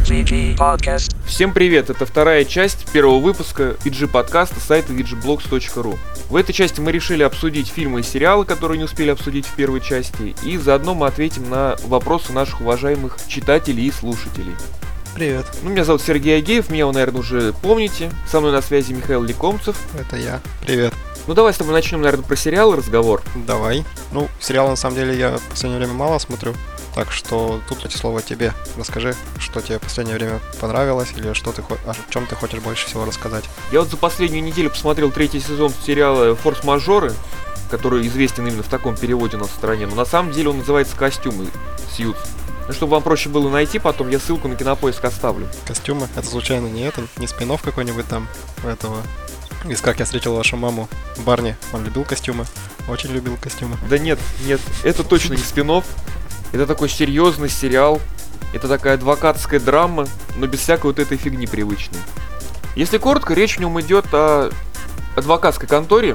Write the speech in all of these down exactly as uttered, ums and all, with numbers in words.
ви джи Podcast. Всем привет, это вторая часть первого выпуска ви джи подкаста сайта ви джи блогс точка ру. В этой части мы решили обсудить фильмы и сериалы, которые не успели обсудить в первой части, и заодно мы ответим на вопросы наших уважаемых читателей и слушателей. Привет. Ну, меня зовут Сергей Агеев, меня вы, наверное, уже помните. Со мной на связи Михаил Лекомцев. Это я. Привет. Ну, давай с тобой начнем, наверное, про сериалы разговор. Давай. Ну, сериалы, на самом деле, я в последнее время мало смотрю. Так что тут эти слова тебе. Расскажи, что тебе в последнее время понравилось, или что ты, о чем ты хочешь больше всего рассказать. Я вот за последнюю неделю посмотрел третий сезон сериала «Форс-мажоры», который известен именно в таком переводе у нас в стране. Но на самом деле он называется «Костюмы», «Сьюз». Ну, чтобы вам проще было найти, потом я ссылку на Кинопоиск оставлю. Костюмы? Это случайно не это? Не спин-офф какой-нибудь там этого? Из «Как я встретил вашу маму». Барни, он любил костюмы? Очень любил костюмы. Да нет, нет, это точно не спин-офф. Это такой серьезный сериал. Это такая адвокатская драма, но без всякой вот этой фигни привычной. Если коротко, речь в нем идет о адвокатской конторе,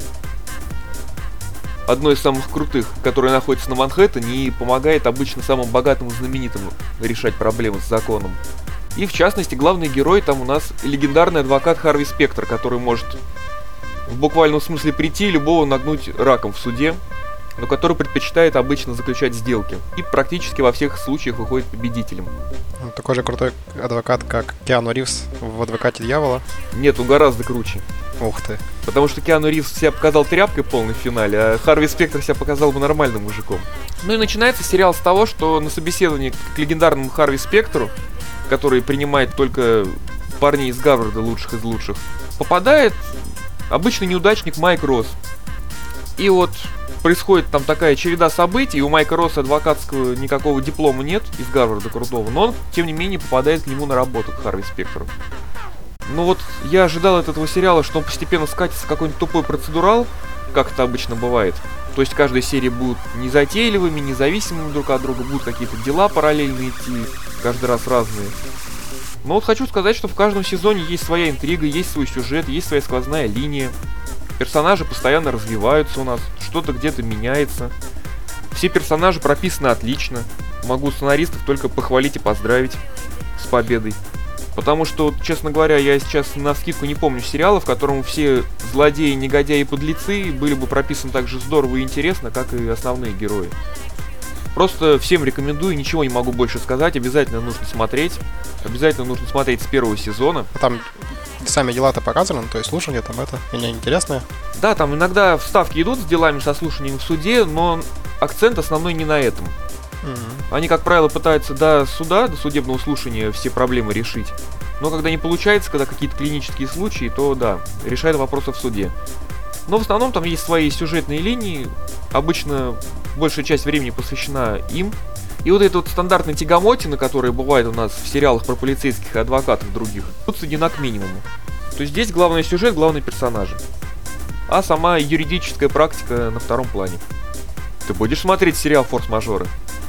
одной из самых крутых, которая находится на Манхэттене и помогает обычно самым богатым и знаменитым решать проблемы с законом. И в частности, главный герой там у нас легендарный адвокат Харви Спектр, который может в буквальном смысле прийти и любого нагнуть раком в суде, но который предпочитает обычно заключать сделки и практически во всех случаях выходит победителем. Такой же крутой адвокат, как Киану Ривз в «Адвокате дьявола». Нет, он гораздо круче. Ух ты. Потому что Киану Ривз себя показал тряпкой полной в финале, а Харви Спектр себя показал бы нормальным мужиком. Ну и начинается сериал с того, что на собеседовании к легендарному Харви Спектру, который принимает только парней из Гарварда, лучших из лучших, попадает обычный неудачник Майк Росс. И вот происходит там такая череда событий, и у Майка Росса адвокатского никакого диплома нет из Гарварда крутого, но он, тем не менее, попадает к нему на работу, к Харви Спектру. Ну вот, я ожидал от этого сериала, что он постепенно скатится в какой-нибудь тупой процедурал, как это обычно бывает. То есть каждая серия будет незатейливыми, независимыми друг от друга, будут какие-то дела параллельно идти, каждый раз разные. Но вот хочу сказать, что в каждом сезоне есть своя интрига, есть свой сюжет, есть своя сквозная линия. Персонажи постоянно развиваются у нас, что-то где-то меняется. Все персонажи прописаны отлично. Могу сценаристов только похвалить и поздравить с победой. Потому что, честно говоря, я сейчас навскидку не помню сериала, в котором все злодеи, негодяи и подлецы были бы прописаны так же здорово и интересно, как и основные герои. Просто всем рекомендую, ничего не могу больше сказать, обязательно нужно смотреть. Обязательно нужно смотреть с первого сезона. Там сами дела-то показаны, то есть слушания там это, мне интересно. Да, там иногда вставки идут с делами, со слушанием в суде, но акцент основной не на этом. Mm-hmm. Они, как правило, пытаются до суда, до судебного слушания все проблемы решить. Но когда не получается, когда какие-то клинические случаи, то да, решают вопросы в суде. Но в основном там есть свои сюжетные линии, обычно большая часть времени посвящена им. И вот эта вот стандартная тягомотина, которая бывает у нас в сериалах про полицейских и адвокатов других, тут сведена к минимуму. То есть здесь главный сюжет, главные персонажи. А сама юридическая практика на втором плане. Ты будешь смотреть сериал «Форс-мажоры»?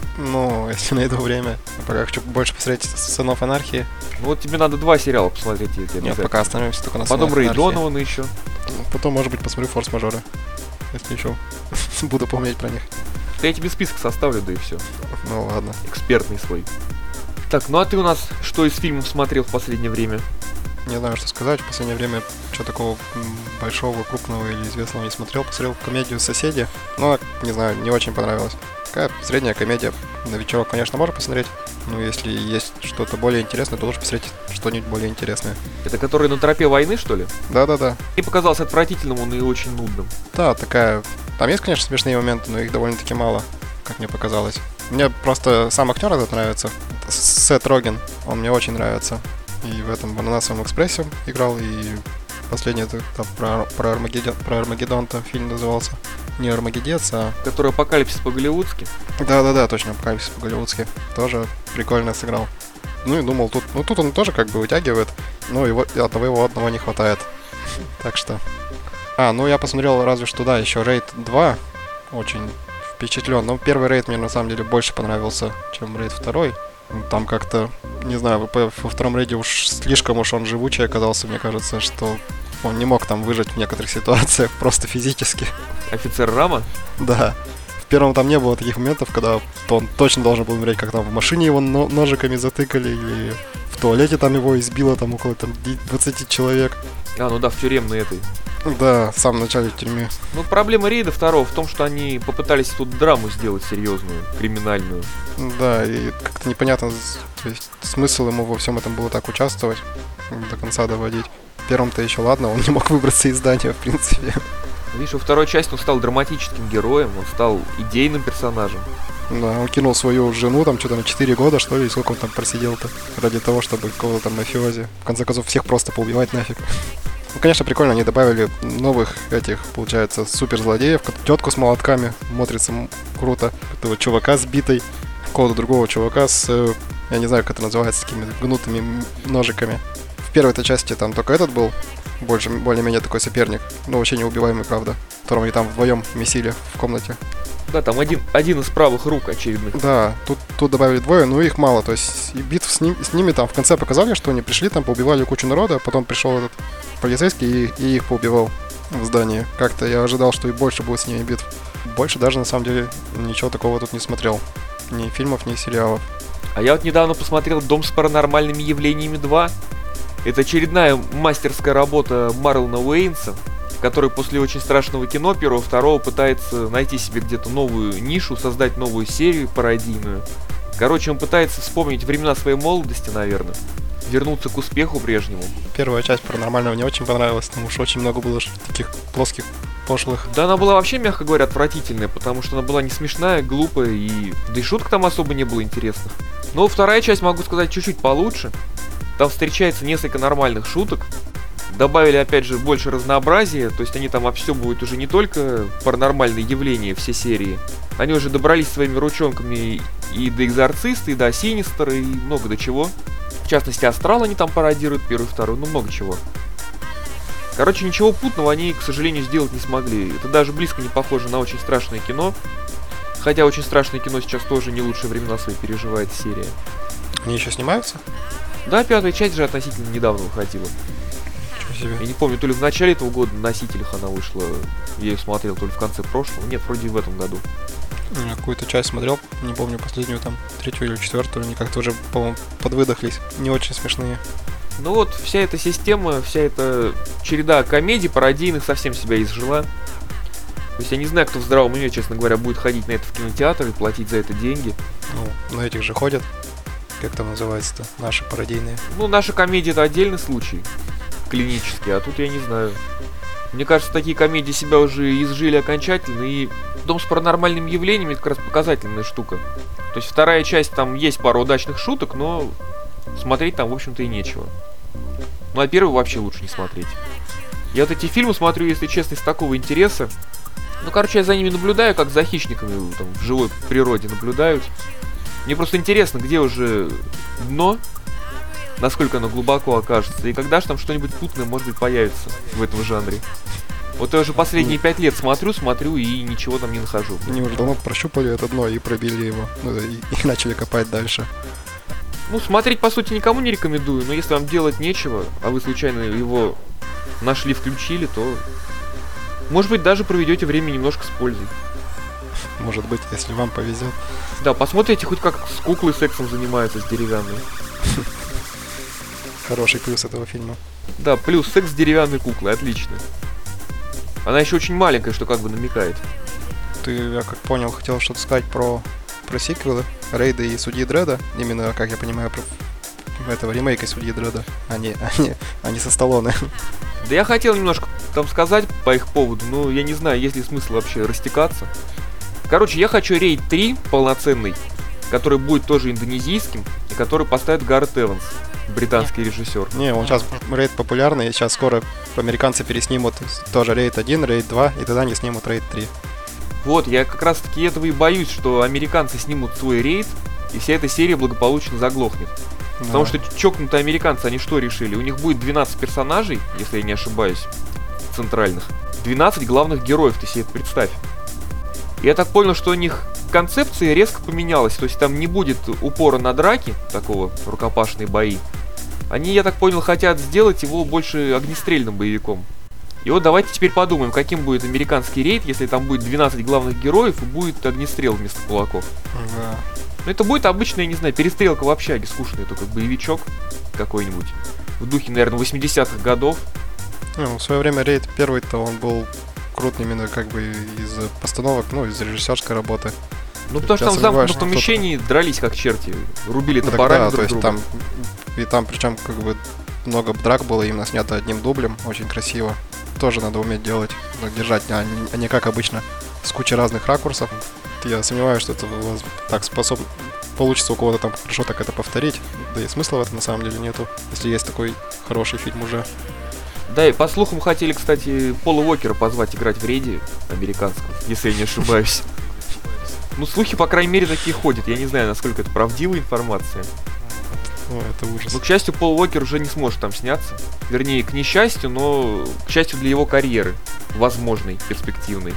Ну, если найду время. Пока хочу больше посмотреть «Сынов анархии». Ну вот тебе надо два сериала посмотреть. Нет, пока остановимся только на «Сынов анархии». Потом Рэй Донована еще. Потом, может быть, посмотрю «Форс-мажоры». Если еще буду помнить про них. Да я тебе список составлю, да и все. Ну ладно. Экспертный свой. Так, ну а ты у нас что из фильмов смотрел в последнее время? Не знаю, что сказать. В последнее время что такого большого, крупного или известного не смотрел. Посмотрел комедию «Соседи». Но, не знаю, не очень понравилось. Такая средняя комедия. На вечерок, конечно, можно посмотреть. Но если есть что-то более интересное, то лучше посмотреть что-нибудь более интересное. Это который на тропе войны, что ли? Да-да-да. Мне показался отвратительным, он и очень нудным. Да, такая... Там есть, конечно, смешные моменты, но их довольно-таки мало, как мне показалось. Мне просто сам актер этот нравится. Сет Роген. Он мне очень нравится. И в этом «Ананасовом экспрессе» играл, и последний это там, про, про, Армагеддон, про Армагеддон-то фильм назывался. Не Армагеддец, а... Который «Апокалипсис по-голливудски». Да-да-да, точно, «Апокалипсис по-голливудски». Тоже прикольно сыграл. Ну и думал, тут... Ну тут он тоже как бы вытягивает, но его, одного его одного не хватает. Так что... А, ну я посмотрел разве что, да, еще «Рейд два». Очень впечатлен. Но первый «Рейд» мне на самом деле больше понравился, чем «Рейд два». Там как-то, не знаю, во втором рейде уж слишком уж он живучий оказался, мне кажется, что он не мог там выжить в некоторых ситуациях, просто физически. Офицер Рама? Да. В первом там не было таких моментов, когда он точно должен был умереть, как там в машине его ножиками затыкали, или в туалете там его избило там около там, двадцати человек. А, ну да, в тюремной этой. Да, в самом начале тюрьмы. Ну, проблема рейда второго в том, что они попытались тут драму сделать серьезную, криминальную. Да, и как-то непонятно, то есть смысл ему во всем этом было так участвовать, до конца доводить. В первом-то еще ладно, он не мог выбраться из здания, в принципе. Видишь, во второй части он стал драматическим героем, он стал идейным персонажем. Да, он кинул свою жену, там, что-то на четыре года, что ли, и сколько он там просидел-то, ради того, чтобы какого-то там мафиози. В конце концов, всех просто поубивать нафиг. Ну, конечно, прикольно, они добавили новых этих, получается, суперзлодеев, тетку с молотками, смотрится круто, этого чувака с битой, какого-то другого чувака с, я не знаю, как это называется, с такими гнутыми ножиками. В первой-то части там только этот был, больше, более-менее такой соперник, но вообще неубиваемый, правда, которого они там вдвоем месили в комнате. Да, там один, один из правых рук очередных. Да, тут, тут добавили двое, но их мало, то есть и битв с, ним, с ними там в конце показали, что они пришли, там поубивали кучу народа, а потом пришел этот полицейский и, и их поубивал в здании. Как-то я ожидал, что и больше будет с ними битв. Больше даже на самом деле ничего такого тут не смотрел. Ни фильмов, ни сериалов. А я вот недавно посмотрел «Дом с паранормальными явлениями два». Это очередная мастерская работа Марлона Уэйнса, который после очень страшного кино первого, второго пытается найти себе где-то новую нишу, создать новую серию пародийную. Короче, он пытается вспомнить времена своей молодости, наверное, вернуться к успеху прежнему. Первая часть «Паранормального» мне очень понравилась, потому что очень много было таких плоских, пошлых. Да, она была вообще, мягко говоря, отвратительная, потому что она была не смешная, глупая, и да и шуток там особо не было интересных. Но вторая часть, могу сказать, чуть-чуть получше. Там встречается несколько нормальных шуток. Добавили, опять же, больше разнообразия, то есть они там обстебывают уже не только паранормальные явления, все серии. Они уже добрались своими ручонками и до Экзорциста, и до Синистера, и много до чего. В частности, Астрал они там пародируют, первый, второй, ну много чего. Короче, ничего путного они, к сожалению, сделать не смогли. Это даже близко не похоже на очень страшное кино. Хотя очень страшное кино сейчас тоже не лучшие времена свои переживает серия. Они еще снимаются? Да, пятая часть же относительно недавно выходила. Себе. Я не помню, то ли в начале этого года на носителях она вышла. Я ее смотрел, то ли в конце прошлого. Нет, вроде в этом году. Я какую-то часть смотрел, не помню, последнюю там, третью или четвертую, они как-то уже, по-моему, подвыдохлись. Не очень смешные. Ну вот, вся эта система, вся эта череда комедий, пародийных совсем себя изжила. То есть я не знаю, кто в здравом уме, честно говоря, будет ходить на это в кинотеатр и платить за это деньги. Ну, на этих же ходят. Как там называется-то? Наши пародийные. Ну, наша комедия — это отдельный случай. Клинический, а тут я не знаю. Мне кажется, такие комедии себя уже изжили окончательно, и «Дом с паранормальными явлениями» — это как раз показательная штука. То есть вторая часть, там есть пара удачных шуток, но смотреть там, в общем-то, и нечего. Ну, а первую вообще лучше не смотреть. Я вот эти фильмы смотрю, если честно, из такого интереса. Ну, короче, я за ними наблюдаю, как за хищниками там, в живой природе наблюдают. Мне просто интересно, где уже дно, насколько оно глубоко окажется, и когда же там что-нибудь путное, может быть, появится в этом жанре. Вот я уже последние пять лет смотрю, смотрю и ничего там не нахожу. Они уже давно прощупали это дно и пробили его, ну, и, и начали копать дальше. Ну, смотреть, по сути, никому не рекомендую, но если вам делать нечего, а вы случайно его нашли, включили, то, может быть, даже проведете время немножко с пользой. Может быть, если вам повезет. Да, посмотрите хоть как с куклой сексом занимаются, с деревянной. Хороший плюс этого фильма. Да, плюс секс с деревянной куклой, отлично. Она еще очень маленькая, что как бы намекает. Ты, я как понял, хотел что-то сказать про, про сиквелы, Рейда и Судьи Дредда. Именно, как я понимаю, про этого ремейка Судьи Дредда, а не, а не, а не со Сталлоне. Да я хотел немножко там сказать по их поводу, но я не знаю, есть ли смысл вообще растекаться. Короче, я хочу Рейд три полноценный, который будет тоже индонезийским, и который поставит Гаррет Эванс, британский не. режиссер. Не, он сейчас Рейд популярный, и сейчас скоро американцы переснимут тоже Рейд один, Рейд два, и тогда они снимут Рейд три. Вот, я как раз таки этого и боюсь, что американцы снимут свой Рейд, и вся эта серия благополучно заглохнет. Да. Потому что чокнутые американцы, они что решили? У них будет двенадцать персонажей, если я не ошибаюсь, центральных. двенадцать главных героев, ты себе это представь. Я так понял, что у них концепция резко поменялась, то есть там не будет упора на драки, такого, рукопашные бои. Они, я так понял, хотят сделать его больше огнестрельным боевиком. И вот давайте теперь подумаем, каким будет американский рейд, если там будет двенадцать главных героев и будет огнестрел вместо кулаков. Да. Ну это будет обычная, я не знаю, перестрелка в общаге, скучная, только боевичок какой-нибудь. В духе, наверное, восьмидесятых годов. Ну, в свое время рейд первый-то он был крут именно как бы из постановок, ну, из режиссерской работы. Ну потому что Я там в замкнутом сомневаюсь, помещении дрались как черти, рубили Ну, топорами да, друг то есть друга. там, и там причем как бы много драк было именно снято одним дублем, очень красиво. Тоже надо уметь делать, ну, держать, а не, а не как обычно, с кучей разных ракурсов. Я сомневаюсь, что это у вас так способ... получится у кого-то там хорошо так это повторить. Да и смысла в этом на самом деле нету, если есть такой хороший фильм уже. Да, и по слухам хотели, кстати, Пола Уокера позвать играть в рейде американском, если я не ошибаюсь. Ну, слухи, по крайней мере, такие ходят. Я не знаю, насколько это правдивая информация. Ну, это ужас. Но, к счастью, Пол Уокер уже не сможет там сняться. Вернее, к несчастью, но к счастью для его карьеры. Возможной, перспективной.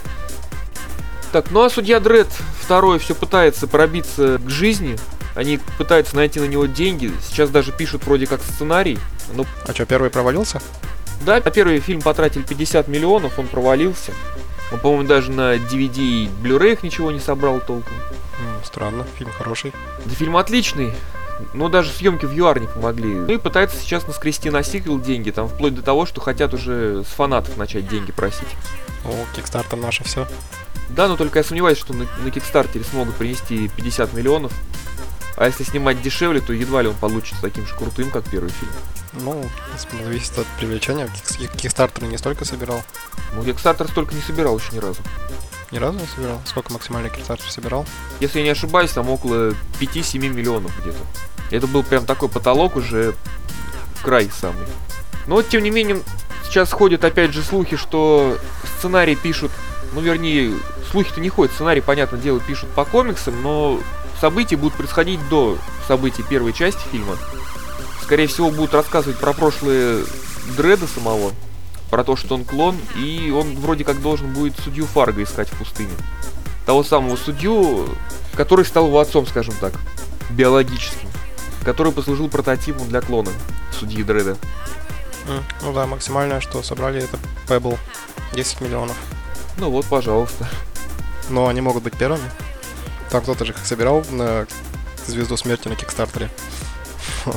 Так, ну а судья Дред второй все пытается пробиться к жизни. Они пытаются найти на него деньги. Сейчас даже пишут вроде как сценарий. Но... А что, первый провалился? Да, на первый фильм потратили пятьдесят миллионов, он провалился. Он, по-моему, даже на ди ви ди и Blu-ray ничего не собрал толком. М, странно, фильм хороший. Да фильм отличный, но даже съемки в ю ар не помогли. Ну и пытаются сейчас наскрести на сиквел деньги, там вплоть до того, что хотят уже с фанатов начать деньги просить. О, Kickstarter наше все. Да, но только я сомневаюсь, что на, на Kickstarter смогут принести пятьдесят миллионов. А если снимать дешевле, то едва ли он получится таким же крутым, как первый фильм. Ну, зависит от привлечения. Kickstarter не столько собирал. Ну, Kickstarter столько не собирал еще ни разу. Ни разу не собирал? Сколько максимальный Kickstarter собирал? Если я не ошибаюсь, там около пяти-семи миллионов где-то. Это был прям такой потолок уже в край самый. Но вот, тем не менее, сейчас ходят опять же слухи, что сценарий пишут... Ну, вернее, слухи-то не ходят, сценарий, понятное дело, пишут по комиксам, но события будут происходить до событий первой части фильма. Скорее всего, будут рассказывать про прошлое Дреда самого, про то, что он клон, и он вроде как должен будет судью Фарго искать в пустыне. Того самого судью, который стал его отцом, скажем так, биологическим, который послужил прототипом для клона судьи Дреда. Mm, ну да, максимальное, что собрали, это Pebble, десять миллионов. Ну вот, пожалуйста. Но они могут быть первыми. Там кто-то же их собирал на Звезду Смерти на Кикстартере. Вот.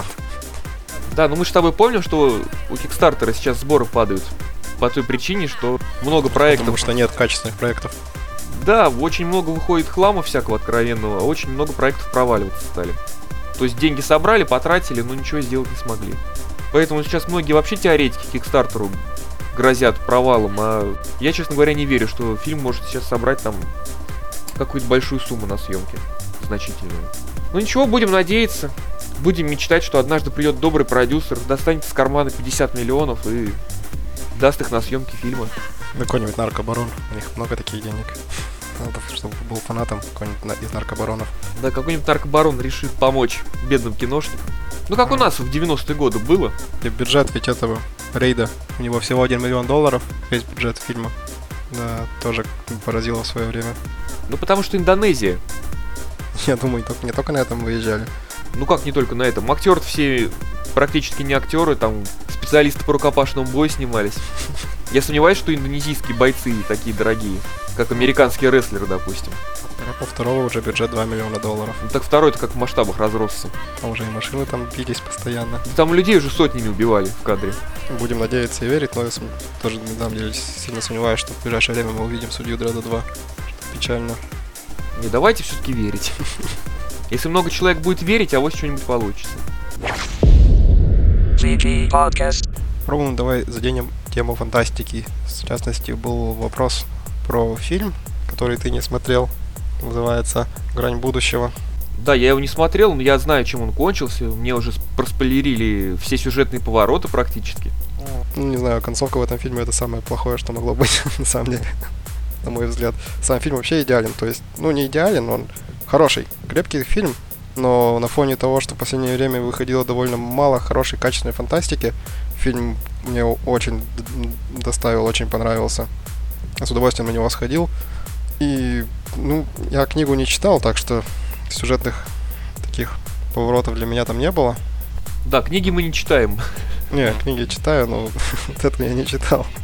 Да, но мы же с тобой помним, что у Кикстартера сейчас сборы падают. По той причине, что много проектов... Потому что нет качественных проектов. Да, очень много выходит хлама всякого откровенного, а очень много проектов проваливаться стали. То есть деньги собрали, потратили, но ничего сделать не смогли. Поэтому сейчас многие вообще теоретики Кикстартеру грозят провалом, а я, честно говоря, не верю, что фильм может сейчас собрать там какую-то большую сумму на съемки. Значительную. Ну ничего, будем надеяться. Будем мечтать, что однажды придет добрый продюсер, достанет из кармана пятьдесят миллионов и даст их на съемки фильма. Какой-нибудь наркобарон. У них много таких денег. Надо, чтобы был фанатом какой-нибудь из наркобаронов. Да, какой-нибудь наркобарон решит помочь бедным киношникам. Ну, как у нас в девяностые годы было. И бюджет ведь этого рейда, у него всего один миллион долларов, весь бюджет фильма. Да, тоже поразило в свое время. Ну, потому что Индонезия. Я думаю, не только, не только на этом выезжали. Ну, как не только на этом. Актеры все практически не актеры, там специалисты по рукопашному бою снимались. Я сомневаюсь, что индонезийские бойцы такие дорогие, как американские рестлеры, допустим. У второго уже бюджет два миллиона долларов. Ну, так второй-то как в масштабах разросся. А уже и машины там бились постоянно. Там людей уже сотнями убивали в кадре. Будем надеяться и верить, но я см... тоже на самом деле сильно сомневаюсь, что в ближайшее время мы увидим Судью Дредда два. Что печально. Не, давайте все-таки верить. Если много человек будет верить, а вот что-нибудь получится. Пробуем, давай заденем тему фантастики. В частности, был вопрос про фильм, который ты не смотрел. Называется «Грань будущего». Да, я его не смотрел, но я знаю, чем он кончился. Мне уже проспойлерили все сюжетные повороты практически. Ну, не знаю, концовка в этом фильме — это самое плохое, что могло быть, на самом деле, на мой взгляд. Сам фильм вообще идеален, то есть, ну, не идеален, он хороший, крепкий фильм, но на фоне того, что в последнее время выходило довольно мало хорошей, качественной фантастики, фильм мне очень доставил, очень понравился. Я с удовольствием на него сходил. И, ну, я книгу не читал, так что сюжетных таких поворотов для меня там не было. Да, книги мы не читаем. Не, книги читаю, но вот это я не читал.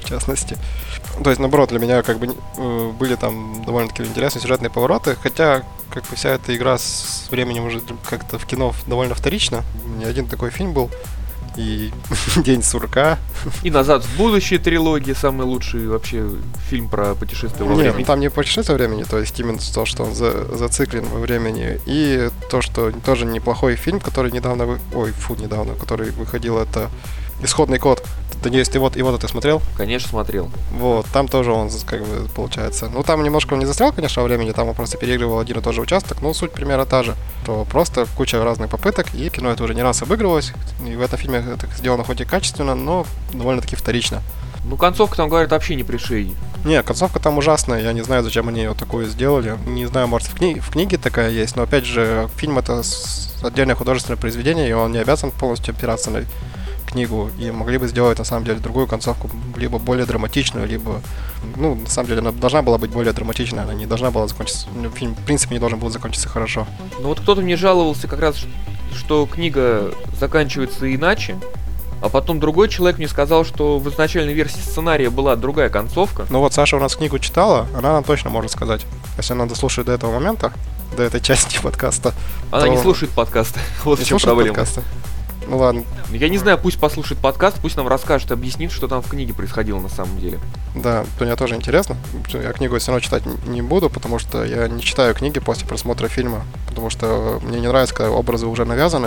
в частности. То есть, наоборот, для меня как бы э, были там довольно-таки интересные сюжетные повороты, хотя как бы вся эта игра с временем уже как-то в кино довольно вторично. Не один такой фильм был. И «День сурка». И «Назад в будущее» трилогия, самый лучший вообще фильм про путешествие во времени. Нет, там не путешествие во времени, то есть именно то, что он за, зациклен во времени. И то, что тоже неплохой фильм, который недавно... Вы... Ой, фу, недавно, который выходил, это «Исходный код». Надеюсь, ты вот, его-то ты смотрел? Конечно, смотрел. Вот, там тоже он, как бы, получается... Ну, там немножко он не застрял, конечно, во времени, там он просто переигрывал один и тот же участок, но суть примерно та же. То просто куча разных попыток, и кино это уже не раз обыгрывалось, и в этом фильме это сделано хоть и качественно, но довольно-таки вторично. Ну, концовка там, говорят, вообще не при шее. Не, концовка там ужасная, я не знаю, зачем они ее такую сделали. Не знаю, может, в, кни- в книге такая есть, но, опять же, фильм это с... отдельное художественное произведение, и он не обязан полностью опираться на книгу, и могли бы сделать, на самом деле, другую концовку, либо более драматичную, либо, ну, на самом деле, она должна была быть более драматичной, она не должна была закончиться, фильм, в принципе, не должен был закончиться хорошо. Ну, вот кто-то мне жаловался как раз, что книга заканчивается иначе, а потом другой человек мне сказал, что в изначальной версии сценария была другая концовка. Ну вот Саша у нас книгу читала, она нам точно может сказать. Если она дослушает до этого момента, до этой части подкаста. Она то... не слушает подкаст. Вот в чем проблема. Подкасты? Ну ладно. Я не знаю, пусть послушает подкаст, пусть нам расскажет, объяснит, что там в книге происходило на самом деле. Да, то мне тоже интересно. Я книгу все равно читать не буду, потому что я не читаю книги после просмотра фильма, потому что мне не нравится, когда образы уже навязаны.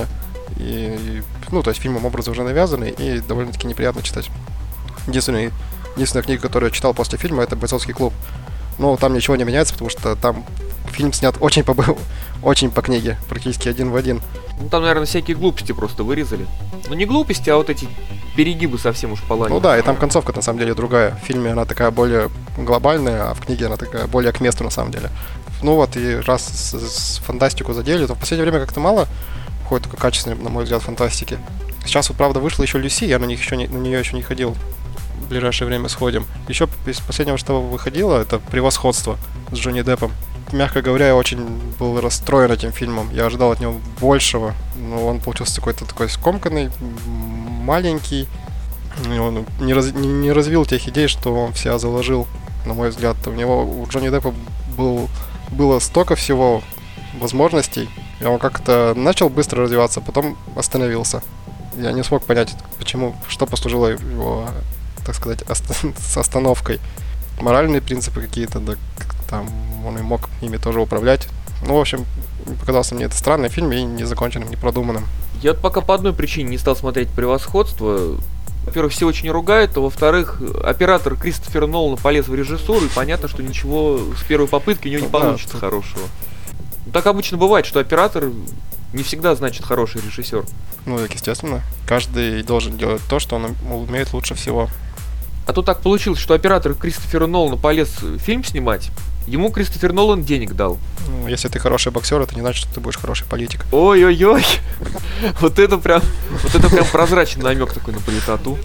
И, ну, то есть фильмом образы уже навязаны, и довольно-таки неприятно читать. Единственный, единственная книга, которую я читал после фильма, это «Бойцовский клуб». Но там ничего не меняется, потому что там фильм снят очень по, очень по книге, практически один в один. Ну, там, наверное, всякие глупости просто вырезали. Ну, не глупости, а вот эти перегибы совсем уж полани. Ну да, и там концовка, на самом деле, другая. В фильме она такая более глобальная, а в книге она такая более к месту, на самом деле. Ну вот, и раз с, с фантастику задели, то в последнее время как-то мало ходит такой качественной, на мой взгляд, фантастики. Сейчас вот, правда, вышла еще Люси, я на, них еще не, на нее еще не ходил. В ближайшее время сходим. Еще из последнего, что выходило, это «Превосходство» с Джонни Деппом. Мягко говоря, я очень был расстроен этим фильмом. Я ожидал от него большего, но он получился какой-то такой скомканный, маленький. И он не, раз, не, не развил тех идей, что он в себя заложил, на мой взгляд. У него, у Джонни Деппа был, было столько всего возможностей, и он как-то начал быстро развиваться, потом остановился. Я не смог понять, почему, что послужило его, так сказать, ост- с остановкой. Моральные принципы какие-то, да, там он и мог ими тоже управлять. Ну, в общем, показался мне это странный фильм и незаконченным, непродуманным. Я вот пока по одной причине не стал смотреть «Превосходство». Во-первых, все очень ругают, а во-вторых, оператор Кристофер Нолан полез в режиссуру, и понятно, что ничего с первой попытки у него не получится да, хорошего. Так обычно бывает, что оператор не всегда значит хороший режиссер. Ну, так естественно. Каждый должен делать то, что он умеет лучше всего. А то так получилось, что оператор Кристофера Нолана полез фильм снимать, ему Кристофер Нолан денег дал. Ну, если ты хороший боксер, это не значит, что ты будешь хороший политик. Ой-ой-ой! Вот это прям, вот это прям прозрачный намек такой на политоту.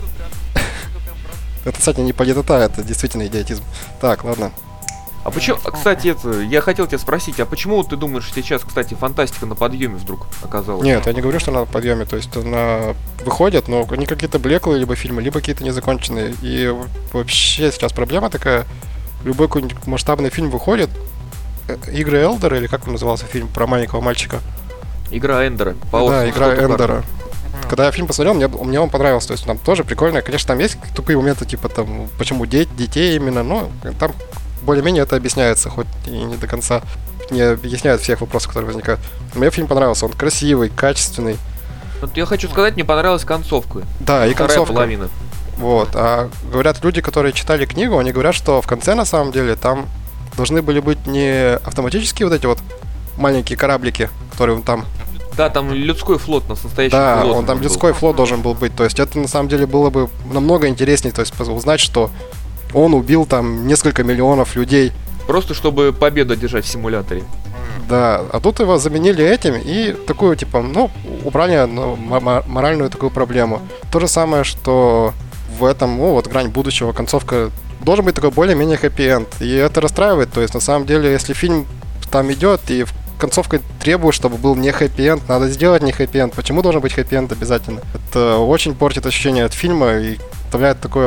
Это, кстати, не политота, это действительно идиотизм. Так, ладно. А почему, кстати, это, я хотел тебя спросить, а почему ты думаешь, сейчас, кстати, фантастика на подъеме вдруг оказалась? Нет, я не говорю, что она на подъеме, то есть она выходит, но они какие-то блеклые либо фильмы, либо какие-то незаконченные. И вообще сейчас проблема такая, любой какой-нибудь масштабный фильм выходит, «Игры Элдера», или как он назывался фильм про маленького мальчика? «Игра Эндера». По да, «Игра Эндера». Когда я фильм посмотрел, мне, мне он понравился, то есть там тоже прикольно, конечно, там есть тупые моменты, типа там, почему де- детей именно, но там более-менее это объясняется, хоть и не до конца не объясняет всех вопросов, которые возникают. Мне фильм понравился, он красивый, качественный. Вот я хочу сказать, мне понравилась концовка. Да, и Вторая концовка. половина. Вот, а говорят люди, которые читали книгу, они говорят, что в конце, на самом деле, там должны были быть не автоматические вот эти вот маленькие кораблики, которые он там... Да, там людской флот, нас настоящий да, флот. Да, он там был. Людской флот должен был быть, то есть это, на самом деле, было бы намного интереснее, то есть узнать, что он убил там несколько миллионов людей. Просто чтобы победу одержать в симуляторе. Да, а тут его заменили этим и такую, типа, ну, убрали ну, моральную такую проблему. То же самое, что в этом, ну, вот грань будущего, концовка, должен быть такой более-менее хэппи-энд. И это расстраивает, то есть, на самом деле, если фильм там идет и в концовка требует, чтобы был не хэппи-энд, надо сделать не хэппи-энд. Почему должен быть хэппи-энд обязательно? Это очень портит ощущение от фильма и оставляет такое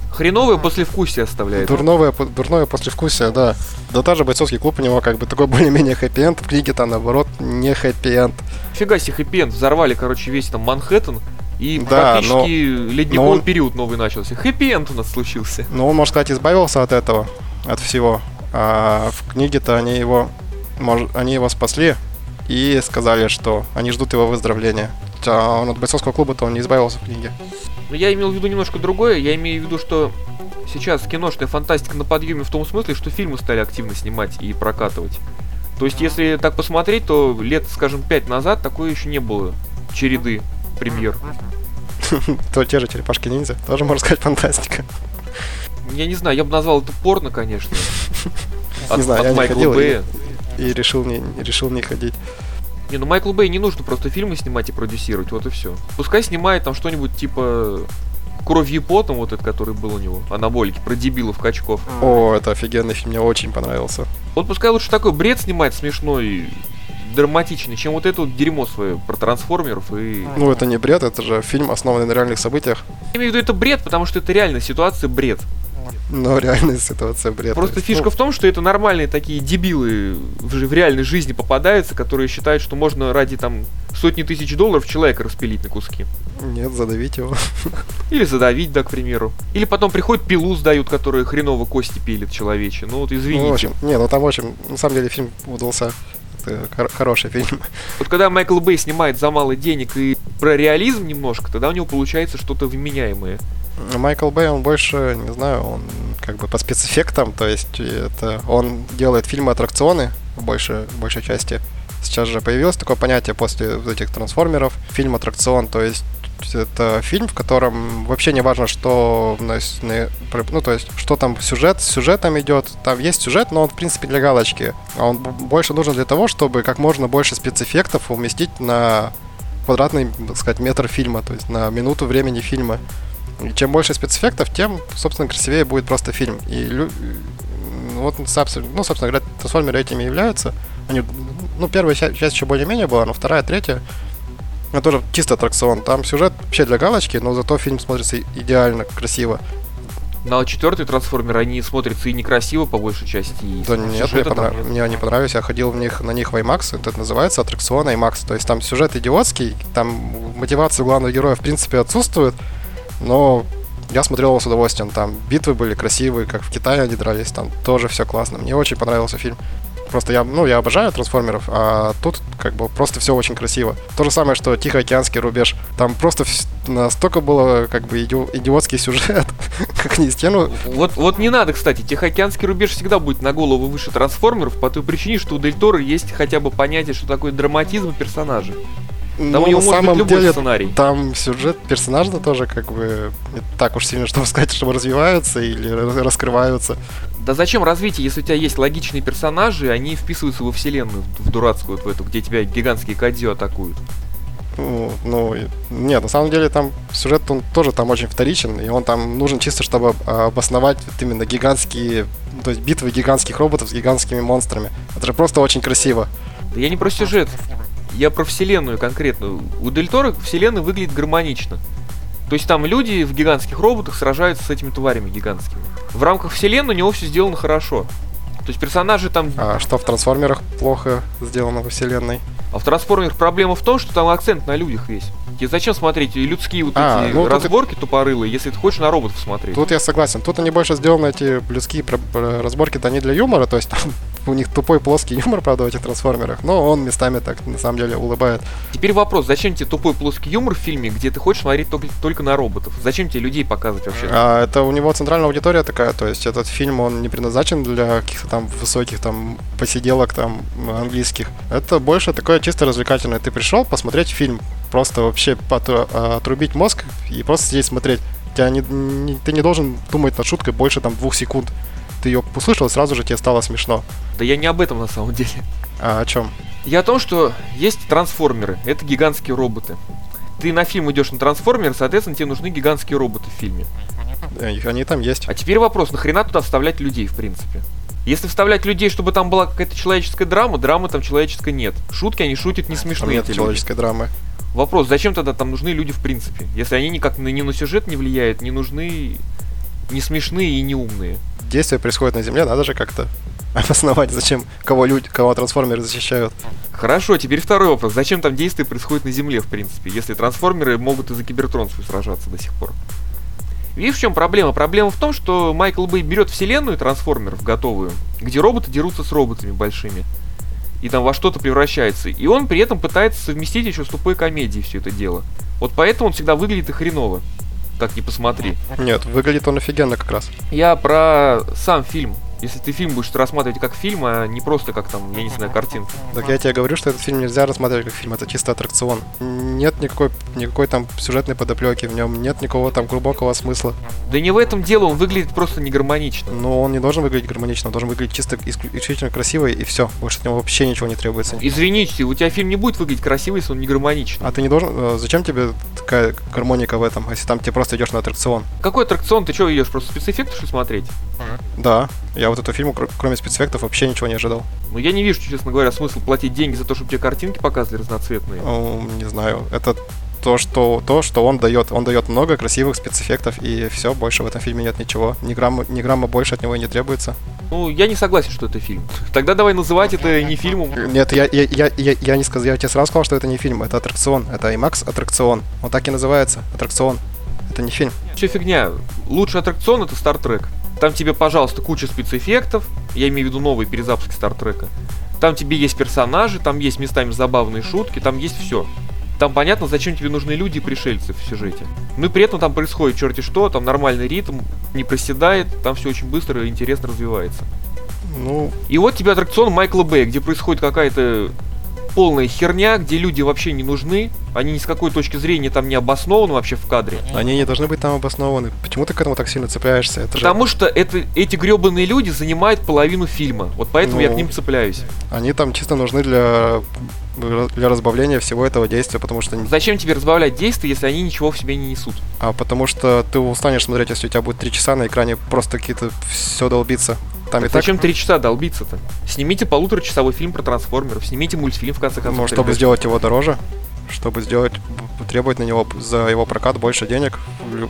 Хреновое послевкусие оставляет. Дурновое, дурное послевкусие, да. Да даже бойцовский клуб у него как бы такой более-менее хэппи-энд. В книге там, наоборот, не хэппи-энд. Фига себе хэппи-энд. Взорвали, короче, весь там Манхэттен. И да, практически но, ледниковый но он, период новый начался. Хэппи-энд у нас случился. Ну, он, можно сказать, избавился от этого, от всего. А в книге-то они его, может, они его спасли и сказали, что они ждут его выздоровления. А он от бойцовского клуба-то он не избавился в книге. Но я имел в виду немножко другое. Я имею в виду, что сейчас киношная фантастика на подъеме в том смысле, что фильмы стали активно снимать и прокатывать. То есть, если так посмотреть, то лет, скажем, пять назад такое еще не было череды премьер. То те же черепашки-ниндзя, тоже можно сказать фантастика. Я не знаю, я бы назвал это порно, конечно. Не знаю, я не ходил и решил не решил не ходить. Не, ну Майклу Бэй не нужно просто фильмы снимать и продюсировать, вот и все. Пускай снимает там что-нибудь типа «Кровь и потом», вот этот, который был у него, анаболики, про дебилов, качков. О, это офигенный фильм, мне очень понравился. Вот пускай лучше такой бред снимает смешной, драматичный, чем вот это вот дерьмо свое про трансформеров и... Ну это не бред, это же фильм, основанный на реальных событиях. Я имею в виду, это бред, потому что это реальная ситуация, бред. Но реальная ситуация бред. Просто есть, фишка ну... в том, что это нормальные такие дебилы в, в реальной жизни попадаются, которые считают, что можно ради там сотни тысяч долларов человека распилить на куски. Нет, задавить его. Или задавить, да, к примеру. Или потом приходят пилу сдают, которые хреново кости пилят человече. Ну вот извините. Ну, в общем, не, ну там в общем, на самом деле фильм удался. Это хор- хороший фильм. Вот когда Майкл Бэй снимает за мало денег и про реализм немножко, тогда у него получается что-то вменяемое. Майкл Бэй, он больше, не знаю, он как бы по спецэффектам, то есть это он делает фильмы-аттракционы в большей, в большей части. Сейчас же появилось такое понятие после этих трансформеров, фильм-аттракцион, то есть это фильм, в котором вообще не важно, что, ну, то есть, что там сюжет, с сюжетом идет. Там есть сюжет, но он, в принципе, для галочки. А он больше нужен для того, чтобы как можно больше спецэффектов уместить на квадратный, так сказать, метр фильма, то есть на минуту времени фильма. И чем больше спецэффектов, тем, собственно, красивее будет просто фильм. И лю... вот, ну, собственно говоря, трансформеры этими являются. Они, ну, первая часть еще более-менее была, но вторая, третья, это тоже чисто аттракцион. Там сюжет вообще для галочки, но зато фильм смотрится идеально, красиво. На четвертый трансформер они смотрятся и некрасиво по большей части. И да нет, мне, понрав... нет, мне они понравились. Я ходил в них, на них в IMAX, это называется аттракцион IMAX. То есть там сюжет идиотский, там мотивация главного героя в принципе отсутствует, но я смотрел его с удовольствием. Там битвы были красивые, как в Китае они дрались, там тоже все классно. Мне очень понравился фильм. Просто я, ну, я обожаю трансформеров, а тут как бы просто все очень красиво. То же самое, что Тихоокеанский рубеж. Там просто настолько было как бы иди- идиотский сюжет, как не стену. Вот, вот не надо, кстати, Тихоокеанский рубеж всегда будет на голову выше трансформеров по той причине, что у Дель Торо есть хотя бы понятие, что такое драматизм персонажа. Там ну, у него на может самом быть любой деле, сценарий. Там сюжет персонажа тоже как бы не так уж сильно, чтобы сказать, чтобы развиваются или раскрываются. Да зачем развитие, если у тебя есть логичные персонажи, они вписываются во вселенную, в дурацкую, вот в эту, где тебя гигантские кадзё атакуют? Ну, ну, нет, на самом деле там сюжет, он тоже там очень вторичен, и он там нужен чисто, чтобы обосновать вот именно гигантские, то есть битвы гигантских роботов с гигантскими монстрами. Это же просто очень красиво. Да я не про сюжет, я про вселенную конкретно. У Дель Торо вселенная выглядит гармонично. То есть там люди в гигантских роботах сражаются с этими тварями гигантскими. В рамках вселенной у него все сделано хорошо. То есть персонажи там... А что в трансформерах плохо сделано во вселенной? А в трансформерах проблема в том, что там акцент на людях весь. Тебе зачем смотреть людские вот а, эти ну, разборки и... тупорылые, если ты хочешь на роботов смотреть? Тут я согласен. Тут они больше сделаны, эти людские разборки-то они для юмора, то есть там у них тупой плоский юмор, правда, в этих трансформерах, но он местами так на самом деле улыбает. Теперь вопрос, зачем тебе тупой плоский юмор в фильме, где ты хочешь смотреть только, только на роботов? Зачем тебе людей показывать вообще? А, это у него центральная аудитория такая, то есть этот фильм, он не предназначен для каких-то там высоких там посиделок там английских. Это больше такое чисто развлекательное. Ты пришел посмотреть фильм, просто вообще отрубить мозг и просто сидеть смотреть. Тебя не, не, ты не должен думать над шуткой больше там двух секунд. Ты ее услышал, и сразу же тебе стало смешно. Да я не об этом на самом деле. А о чем? Я о том, что есть трансформеры. Это гигантские роботы. Ты на фильм идешь на трансформеры, соответственно, тебе нужны гигантские роботы в фильме. Они там есть. А теперь вопрос, нахрена туда вставлять людей, в принципе? Если вставлять людей, чтобы там была какая-то человеческая драма, драмы там человеческой нет. Шутки они шутят не смешные. Нет человеческой люди. Драмы. Вопрос, зачем тогда там нужны люди в принципе? Если они никак ни на сюжет не влияют, не нужны не смешные и не умные. Действие происходит на Земле, надо же как-то обосновать, зачем, кого люди, кого трансформеры защищают. Хорошо, теперь второй вопрос. Зачем там действие происходит на Земле, в принципе, если трансформеры могут и за Кибертрон свою сражаться до сих пор? Видишь, в чем проблема? Проблема в том, что Майкл Бэй берет вселенную трансформеров готовую, где роботы дерутся с роботами большими, и там во что-то превращается. И он при этом пытается совместить еще с тупой комедией все это дело. Вот поэтому он всегда выглядит и хреново. Так не посмотри. Нет, выглядит он офигенно как раз. Я про сам фильм. Если ты фильм будешь рассматривать как фильм, а не просто как там, я не знаю, картинку. Так я тебе говорю, что этот фильм нельзя рассматривать как фильм, это чисто аттракцион. Нет никакой, никакой там сюжетной подоплеки в нем, нет никакого там глубокого смысла. Да не в этом дело, он выглядит просто негармонично. Но он не должен выглядеть гармонично, он должен выглядеть чисто исключительно красиво и все. Больше от него вообще ничего не требуется. Извините, у тебя фильм не будет выглядеть красиво, если он не гармоничный. А ты не должен... Зачем тебе такая гармоника в этом, если там ты просто идешь на аттракцион? Какой аттракцион? Ты что идешь, просто спецэффекты что ли смотреть? Да, я вот эту фильму, кроме спецэффектов, вообще ничего не ожидал. Ну я не вижу, честно говоря, смысл платить деньги за то, чтобы тебе картинки показывали разноцветные. Ну, не знаю, это то, что, то, что он дает. Он дает много красивых спецэффектов, и все, больше в этом фильме нет ничего. Ни грамма, ни грамма больше от него и не требуется. Ну, я не согласен, что это фильм. Тогда давай называть это не фильмом. Нет, я, я, я, я, я не сказал, я тебе сразу сказал, что это не фильм, это аттракцион, это IMAX аттракцион. Он так и называется, аттракцион. Это не фильм. Все фигня. Лучший аттракцион — это Star Trek. Там тебе, пожалуйста, куча спецэффектов. Я имею в виду новый перезапуск Star Trek. Там тебе есть персонажи, там есть местами забавные шутки, там есть все. Там понятно, зачем тебе нужны люди и пришельцы в сюжете. Ну и при этом там происходит черти что, там нормальный ритм, не проседает, там все очень быстро и интересно развивается. Ну... И вот тебе аттракцион Майкла Бэя, где происходит какая-то полная херня, где люди вообще не нужны, они ни с какой точки зрения там не обоснованы вообще в кадре. Они не должны быть там обоснованы. Почему ты к этому так сильно цепляешься? Это Потому же... что это, эти гребаные люди занимают половину фильма. Вот поэтому ну, я к ним цепляюсь. Они там чисто нужны для, для разбавления всего этого действия, потому что... Зачем тебе разбавлять действия, если они ничего в себе не несут? А потому что ты устанешь смотреть, если у тебя будет три часа на экране просто какие-то все долбиться. Там Так и зачем так... три часа долбиться-то? Снимите полуторачасовой фильм про трансформеров, снимите мультфильм в конце концов. Ну, чтобы сделать его дороже, чтобы сделать, требовать на него за его прокат больше денег,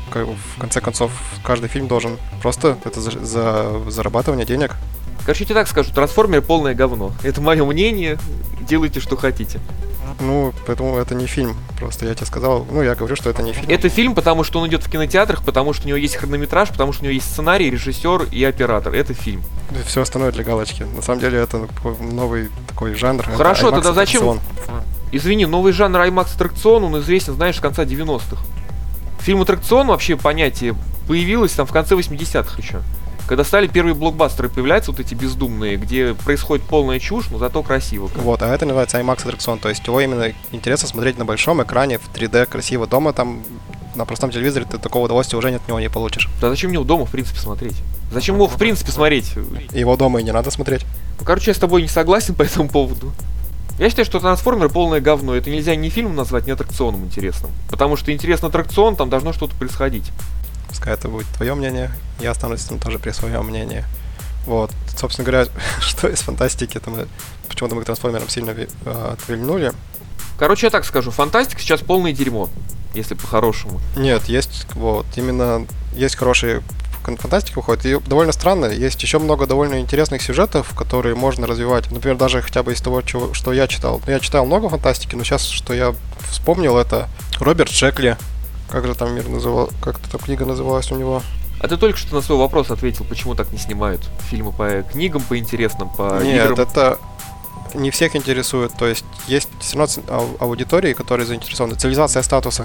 в конце концов, каждый фильм должен просто, это за, за зарабатывание денег. Короче, я тебе так скажу, трансформеры полное говно. Это мое мнение, делайте что хотите. Ну, поэтому это не фильм, просто я тебе сказал, ну, я говорю, что это не фильм. Это фильм, потому что он идет в кинотеатрах, потому что у него есть хронометраж, потому что у него есть сценарий, режиссер и оператор. Это фильм. Все остальное для галочки. На самом деле это новый такой жанр. Хорошо, тогда зачем? Извини, новый жанр IMAX аттракцион, он известен, знаешь, с конца девяностых. Фильм аттракцион вообще понятие появилось там в конце восьмидесятых еще. Когда стали первые блокбастеры появляться, вот эти бездумные, где происходит полная чушь, но зато красиво. Вот, а это называется IMAX аттракцион, то есть его именно интересно смотреть на большом экране в три дэ красиво. Дома там на простом телевизоре ты такого удовольствия уже от него не получишь. Да зачем мне дома в принципе смотреть? Зачем его в принципе смотреть? Его дома и не надо смотреть. Ну, короче, я с тобой не согласен по этому поводу. Я считаю, что трансформеры полное говно. Это нельзя ни фильмом назвать, ни аттракционом интересным. Потому что интересный аттракцион, там должно что-то происходить. Пускай это будет твое мнение, я останусь тоже при своем мнении. Вот, собственно говоря, что из фантастики, это мы, почему-то мы к трансформерам сильно э, вильнули. Короче, я так скажу, фантастика сейчас полное дерьмо, если по-хорошему. Нет, есть, вот, именно, есть хорошие фантастики выходит, и довольно странно, есть еще много довольно интересных сюжетов, которые можно развивать, например, даже хотя бы из того, чего, что я читал. Я читал много фантастики, но сейчас, что я вспомнил, это Роберт Шекли. Как же там мир называл, как эта книга называлась у него? А ты только что на свой вопрос ответил, почему так не снимают фильмы по книгам, по интересным, по Нет, играм? это не всех интересует. То есть есть семнадцать аудиторий, которые заинтересованы. Цивилизация статуса.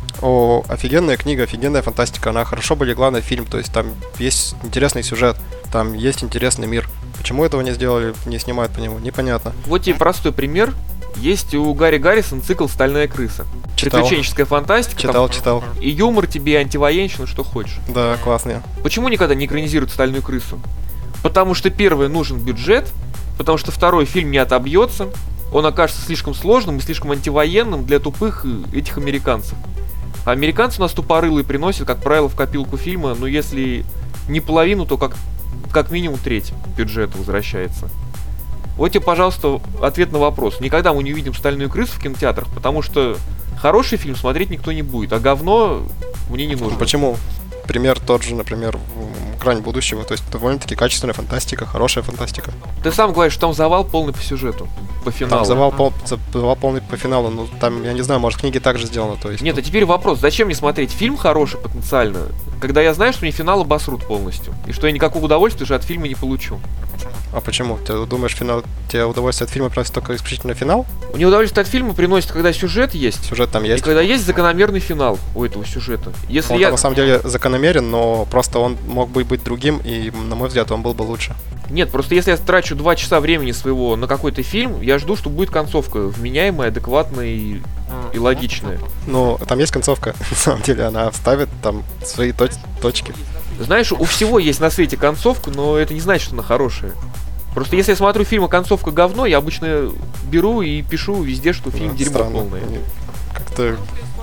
О, офигенная книга, офигенная фантастика. Она хорошо бы легла на фильм. То есть там есть интересный сюжет, там есть интересный мир. Почему этого не сделали, не снимают по нему, непонятно. Вот тебе простой пример. Есть у Гарри Гаррисона цикл «Стальная крыса». Читал. Приключенческая фантастика. Читал, там читал. И юмор тебе, и антивоенщина, что хочешь. Да, классные. Почему никогда не экранизируют «Стальную крысу»? Потому что первый нужен бюджет, потому что второй фильм не отобьется, он окажется слишком сложным и слишком антивоенным для тупых этих американцев. А американцы у нас тупорылые приносят, как правило, в копилку фильма, но если не половину, то как, как минимум треть бюджета возвращается. Вот тебе, пожалуйста, ответ на вопрос. Никогда мы не увидим «Стальную крысу» в кинотеатрах, потому что хороший фильм смотреть никто не будет, а говно мне не нужно. Почему? пример тот же, например, «Грань будущего». То есть довольно-таки качественная фантастика, хорошая фантастика. Ты сам говоришь, что там завал полный по сюжету, по финалу. Там завал, пол, завал полный по финалу, ну там, я не знаю, может, в книге так же сделано, то есть... Нет, а теперь вопрос, зачем мне смотреть фильм хороший потенциально, когда я знаю, что мне финал обосрут полностью, и что я никакого удовольствия уже от фильма не получу? А почему? Ты думаешь, финал, тебе удовольствие от фильма приносит только исключительно финал? Мне удовольствие от фильма приносит, когда сюжет есть. Сюжет там есть. И когда есть закономерный финал у этого сюжета. Если он я... на самом деле закономерен, но просто он мог бы быть другим, и, на мой взгляд, он был бы лучше. Нет, просто если я трачу два часа времени своего на какой-то фильм, я жду, что будет концовка вменяемая, адекватная и, и логичная. Ну, там есть концовка, на самом деле, она вставит там свои точ- точки. Знаешь, у всего есть на свете концовка, но это не значит, что она хорошая. Просто если я смотрю фильм, а концовка говно, я обычно беру и пишу везде, что фильм да, дерьмо странно. Полное. Как-то...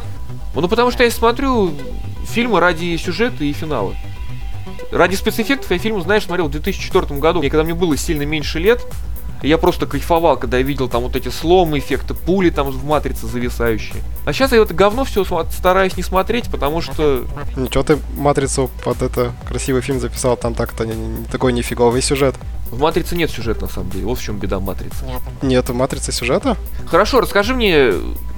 Ну, потому что я смотрю фильмы ради сюжета и финала. Ради спецэффектов я фильм, знаешь, смотрел в две тысячи четвёртом году, когда мне было сильно меньше лет. И я просто кайфовал, когда я видел там вот эти сломы, эффекты, пули там в матрице зависающие. А сейчас я это говно все стараюсь не смотреть, потому что... Ничего ты «Матрицу» под это красивый фильм записал, там так-то не, не такой нифиговый сюжет. В «Матрице» нет сюжета, на самом деле. Вот в чем беда «Матрицы». Нет в «Матрице» сюжета? Хорошо, расскажи мне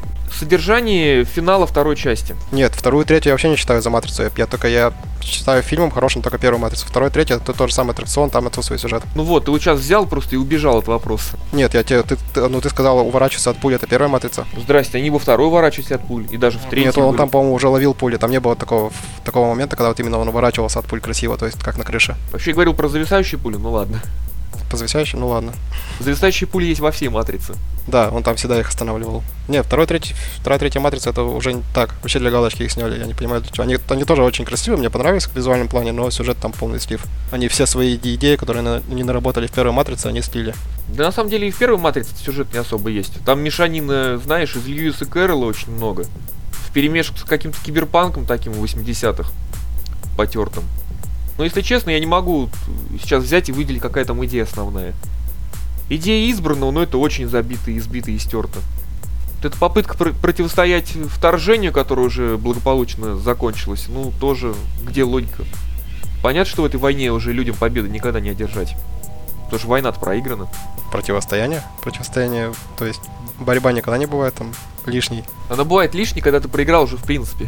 содержание финала второй части. Нет, вторую и третью я вообще не считаю за «Матрицу». Я, я только я считаю фильмом хорошим только первую «Матрицу». Второй и третью — это тот же самый аттракцион, там отсутствует сюжет. Ну вот, ты вот сейчас взял просто и убежал от вопроса. Нет, я тебе, ты, ты, ну ты сказал уворачиваться от пули, это первая «Матрица». Здрасте, они во второй уворачивались от пуль, и даже в третьей. Нет, он были. Там, по-моему, уже ловил пули, там не было такого, такого момента, когда вот именно он уворачивался от пуль красиво, то есть как на крыше. Вообще я говорил про зависающие пули, ну ладно. По зависающим, ну ладно. Зависающие пули есть во всей «Матрице». Да, он там всегда их останавливал. Не, второй, третий, вторая, третья «Матрица» это уже не так. Вообще для галочки их сняли, я не понимаю. Они, они тоже очень красивые, мне понравились в визуальном плане, но сюжет там полный слив. Они все свои идеи, которые на, не наработали в первой «Матрице», они слили. Да на самом деле и в первой «Матрице» сюжет не особо есть. Там мешанина, знаешь, из Льюиса Кэрролла очень много. Вперемешку с каким-то киберпанком таким восьмидесятых потертым. Но если честно, я не могу сейчас взять и выделить, какая там идея основная. Идея избранного, но это очень забито, избито и стерто. Вот эта попытка пр- противостоять вторжению, которое уже благополучно закончилось, ну тоже, где логика? Понятно, что в этой войне уже людям победы никогда не одержать. Потому что война-то проиграна. Противостояние? Противостояние, то есть борьба никогда не бывает там лишней. Она бывает лишней, когда ты проиграл уже в принципе.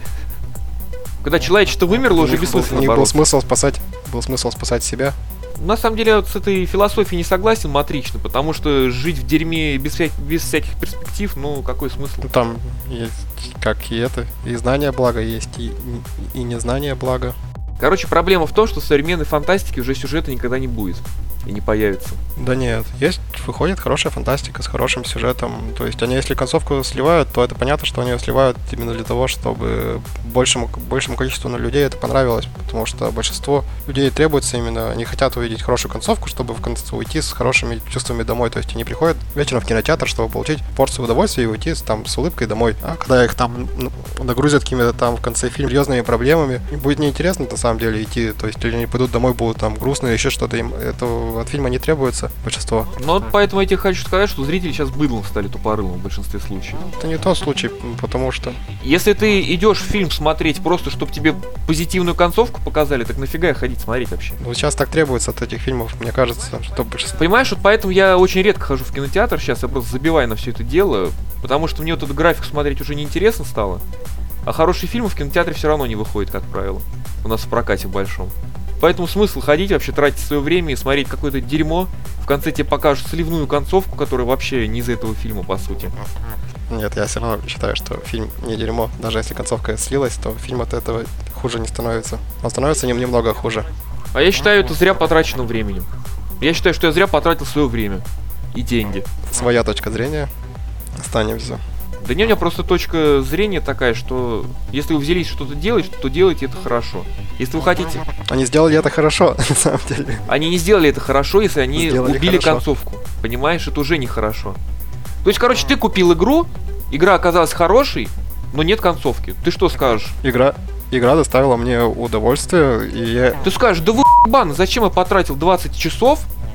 Когда человечество вымерло, уже бессмысленно не бороться. был смысл спасать, был смысл спасать себя. На самом деле, я вот с этой философией не согласен матрично, потому что жить в дерьме без, вся... без всяких перспектив, ну, какой смысл? Там есть, как и это, и знание благо есть, и, и, и незнание благо. Короче, проблема в том, что в современной фантастике уже сюжета никогда не будет и не появится. Да нет, есть, выходит хорошая фантастика с хорошим сюжетом. То есть они, если концовку сливают, то это понятно, что они ее сливают именно для того, чтобы большему, большему количеству людей это понравилось. Потому что большинство людей требуется именно, они хотят увидеть хорошую концовку, чтобы в конце уйти с хорошими чувствами домой. То есть они приходят вечером в кинотеатр, чтобы получить порцию удовольствия и уйти там с улыбкой домой. А когда их там нагрузят какими-то там в конце фильма серьезными проблемами, им будет неинтересно на самом деле идти. То есть или они пойдут домой, будут там грустные, еще что-то, им это от фильма не требуется большинство. Ну вот поэтому я тебе хочу сказать, что зрители сейчас быдлом стали тупорылым в большинстве случаев. Это не тот случай, потому что... Если ты идешь фильм смотреть просто, чтобы тебе позитивную концовку показали, так нафига ходить смотреть вообще? Ну сейчас так требуется от этих фильмов, мне кажется, что большинство... Понимаешь, вот поэтому я очень редко хожу в кинотеатр, сейчас я просто забиваю на все это дело, потому что мне вот этот график смотреть уже неинтересно стало, а хорошие фильмы в кинотеатре все равно не выходят, как правило, у нас в прокате большом. Поэтому смысл ходить вообще, тратить свое время и смотреть какое-то дерьмо. В конце тебе покажут сливную концовку, которая вообще не из этого фильма, по сути. Нет, я все равно считаю, что фильм не дерьмо. Даже если концовка слилась, то фильм от этого хуже не становится. Он становится нем немного хуже. А я считаю это зря потраченным временем. Я считаю, что я зря потратил свое время и деньги. Своя точка зрения. Останемся. Да не, у меня просто точка зрения такая, что если вы взялись что-то делать, то делайте это хорошо. Если вы хотите... Они сделали это хорошо, на самом деле. Они не сделали это хорошо, если они Сделали убили хорошо. концовку. Понимаешь, это уже нехорошо. То есть, короче, ты купил игру, игра оказалась хорошей, но нет концовки. Ты что скажешь? Игра... Игра доставила мне удовольствие, и я... Ты скажешь, да вы ебан, зачем я потратил двадцать часов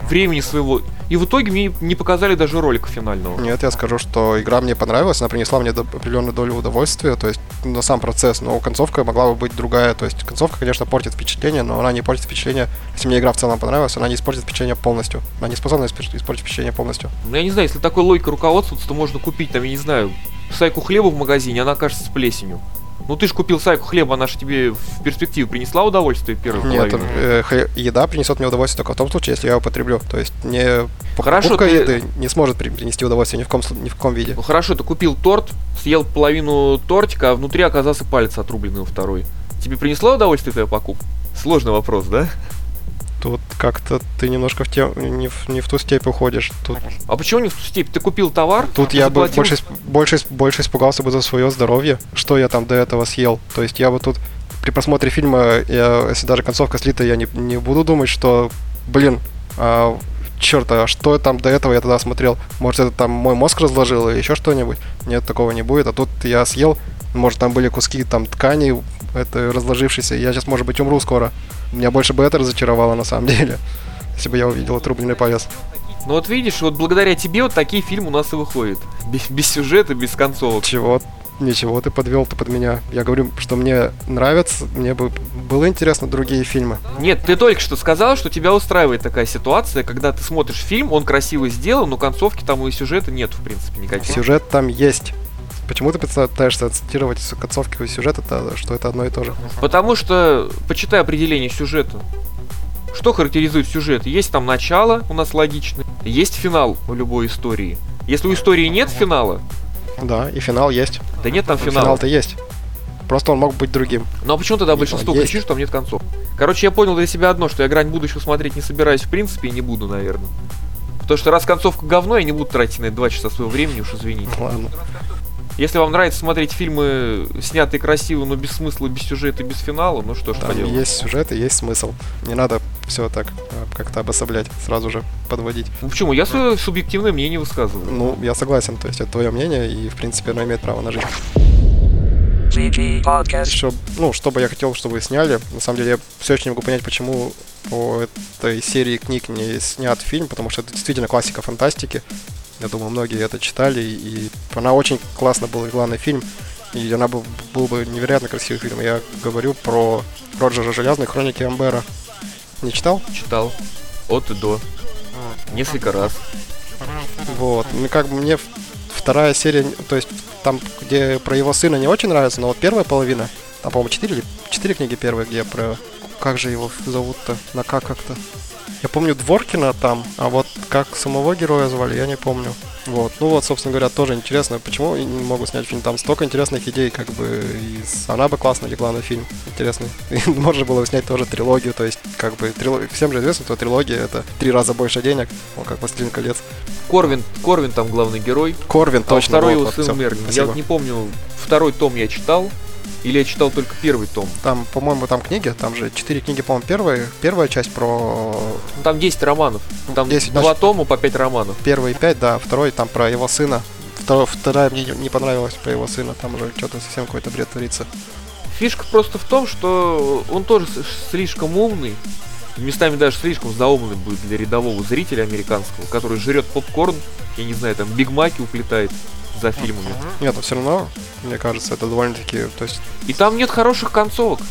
времени своего. И в итоге мне не показали даже ролика финального. Нет, я скажу, что игра мне понравилась, она принесла мне определенную долю удовольствия, то есть на сам процесс, но концовка могла бы быть другая. То есть концовка, конечно, портит впечатление, но она не портит впечатление. Если мне игра в целом понравилась, она не испортит впечатление полностью. Она не способна испортить впечатление полностью. Ну, я не знаю, если такой логикой руководствоваться, то можно купить, там, я не знаю, сайку хлеба в магазине, она окажется с плесенью. Ну ты ж купил сайку хлеба, она же тебе в перспективе принесла удовольствие первой Нет, половины? э, хле- еда принесет мне удовольствие только в том случае, если я ее употреблю. То есть не Хорошо, покупка ты- еды не сможет при- принести удовольствие ни в, ком, сл- ни в каком виде. Ну хорошо, ты купил торт, съел половину тортика, а внутри оказался палец отрубленный у второй. Тебе принесла удовольствие твоя покупка? Сложный вопрос, да? Тут как-то ты немножко в тем, не, в, не в ту степь уходишь. Тут, А почему не в ту степь? Ты купил товар? тут я бы заплатил- больше, ис- больше, ис- больше испугался бы за свое здоровье, что я там до этого съел. То есть я бы тут при просмотре фильма, я, если даже концовка слита, я не, не буду думать, что, блин, а, черт, а что там до этого я тогда смотрел? Может, это там мой мозг разложил или еще что-нибудь? Нет, такого не будет. А тут я съел, может, там были куски там ткани, это разложившиеся, и я сейчас, может быть, умру скоро. Меня больше бы это разочаровало, на самом деле, если бы я увидел отрубленный палец. Ну вот видишь, вот благодаря тебе вот такие фильмы у нас и выходят. Без, без сюжета, без концовок. Чего? Ничего, ты подвел-то под меня. Я говорю, что мне нравится, мне бы было интересно другие фильмы. Нет, ты только что сказал, что тебя устраивает такая ситуация, когда ты смотришь фильм, он красиво сделан, но концовки там и сюжета нет, в принципе, никаких. Сюжет там есть. Почему ты пытаешься цитировать концовки и сюжет, это, что это одно и то же? Потому что, почитай определение сюжета. Что характеризует сюжет? Есть там начало, у нас логичное, есть финал у любой истории. Если у истории нет финала, Да, и финал есть. да нет там финала. Финал-то есть. Просто он мог быть другим. Ну а почему тогда большинство есть. кричит, что там нет концов? Короче, я понял для себя одно, что я «Грань будущего» смотреть не собираюсь в принципе и не буду, наверное. Потому что раз концовка говно, я не буду тратить на это два часа своего времени, уж извините. Ладно. Если вам нравится смотреть фильмы, снятые красиво, но без смысла, без сюжета, без финала, ну что ж Там поделать. есть сюжет и есть смысл. Не надо все так а, как-то обособлять, сразу же подводить. Ну почему? Я свое субъективное мнение высказываю. Ну, я согласен, то есть это твое мнение, и в принципе оно имеет право на жизнь. джи джи Podcast. Еще, ну, что бы я хотел, чтобы вы сняли. На самом деле, я все еще не могу понять, почему по этой серии книг не снят фильм, потому что это действительно классика фантастики. Я думаю, многие это читали, и она очень классно был главный фильм, и она был, был бы невероятно красивый фильм. Я говорю про Роджера Железный, Хроники Амбера. Не читал? Читал. От и до. Несколько раз. Вот. Ну, как бы мне в- вторая серия, то есть там, где про его сына, не очень нравится, но вот первая половина, там, по-моему, четыре или четыре книги первые, где про... Как же его зовут-то? На как как-то? Я помню Дворкина там, а вот как самого героя звали, я не помню. Вот. Ну вот, собственно говоря, тоже интересно, почему не могут снять фильм. Там столько интересных идей, как бы, и с- она бы классно легла на фильм. Интересный. И можно было бы снять тоже трилогию, то есть, как бы, трило- всем же известно, что трилогия — это три раза больше денег, ну, как «Властелин колец». Корвин, Корвин там главный герой. Корвин, А точно. второй вот, его вот, сын всё. Мерлин. Я Спасибо. вот не помню, второй том я читал, или я читал только первый том. Там, по-моему, там книги, там же четыре книги, по-моему, первая, первая часть про Ну, там десять романов. Там десять, два значит- тома по пять романов. первые пять, да, второй там про его сына. Второ- вторая мне не понравилась про его сына, там уже что-то совсем какой-то бред творится. Фишка просто в том, что он тоже с- слишком умный, местами даже слишком заумный будет для рядового зрителя американского, который жрет попкорн, я не знаю, там бигмаки уплетает за фильмами. Нет, но все равно, мне кажется, это довольно-таки, то есть, И там нет хороших концовок.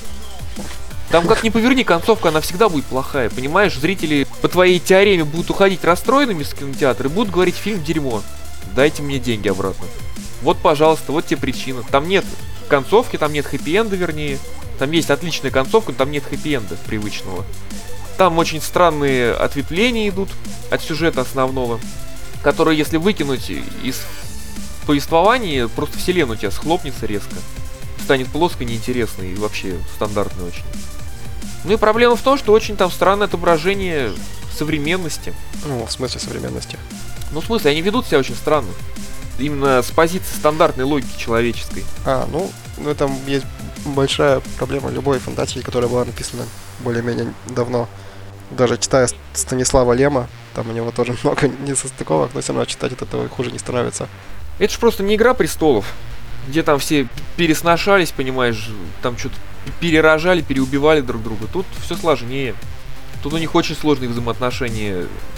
Там как ни поверни, концовка, она всегда будет плохая, понимаешь? Зрители по твоей теореме будут уходить расстроенными с кинотеатра и будут говорить: фильм дерьмо, дайте мне деньги обратно. Вот, пожалуйста, вот тебе причина. Там нет концовки, там нет хэппи-энда, вернее. Там есть отличная концовка, но там нет хэппи-энда привычного. Там очень странные ответвления идут от сюжета основного, которые, если выкинуть из повествования, просто вселенная у тебя схлопнется резко. Станет плоско, неинтересной и вообще стандартной очень. Ну и проблема в том, что очень там странное отображение современности. ну, в смысле современности. Ну, в смысле, они ведут себя очень странно. Именно с позиции стандартной логики человеческой. А, ну, в этом есть большая проблема любой фантастики, которая была написана более-менее давно. Даже читая Ст- Станислава Лема, там у него тоже много несостыковок, но все равно читать от этого хуже не становится. Это же просто не «Игра престолов», где там все пересношались, понимаешь, там что-то перерожали, переубивали друг друга. Тут все сложнее. Тут у них очень сложные взаимоотношения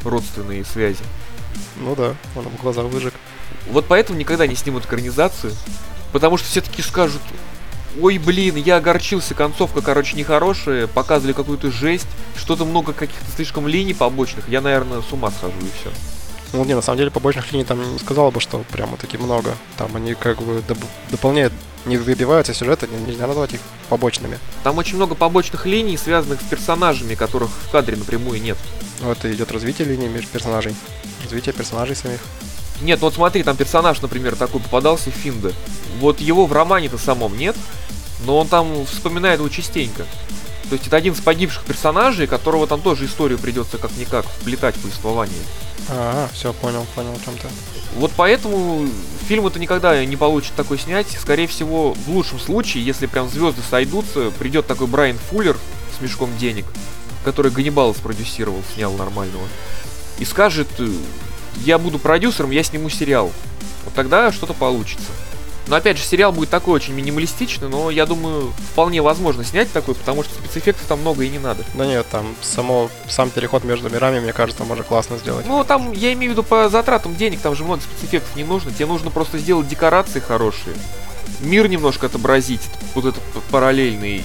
родственные связи. Ну да, он ему глаза выжег. Вот поэтому никогда не снимут экранизацию, потому что все таки скажут: ой, блин, я огорчился, концовка, короче, нехорошая, показывали какую-то жесть, что-то много каких-то слишком линий побочных, я, наверное, с ума схожу и все. Ну не, на самом деле побочных линий там не сказал бы, что прямо таки много. Там они как бы доп- дополняют, не выбиваются сюжеты, нельзя назвать их побочными. Там очень много побочных линий, связанных с персонажами, которых в кадре напрямую нет. Ну это идет развитие линий между персонажей. Развитие персонажей самих. Нет, ну вот смотри, там персонаж, например, такой попадался, Финда. Вот его в романе-то самом нет, но он там вспоминает его частенько. То есть это один из погибших персонажей, которого там тоже историю придется как-никак вплетать в повествование. Ага, все, понял, понял, о чем ты. Вот поэтому фильм это никогда не получит такой снять. Скорее всего, в лучшем случае, если прям звезды сойдутся, придет такой Брайан Фуллер с мешком денег, который Ганнибала спродюсировал, снял нормального, и скажет: я буду продюсером, я сниму сериал. Вот тогда что-то получится. Но опять же, сериал будет такой очень минималистичный, но я думаю, вполне возможно снять такой, потому что спецэффектов там много и не надо. Да нет, там само, сам переход между мирами, мне кажется, можно классно сделать. Ну, там, я имею в виду по затратам денег, там же много спецэффектов не нужно. Тебе нужно просто сделать декорации хорошие, мир немножко отобразить, вот этот параллельный,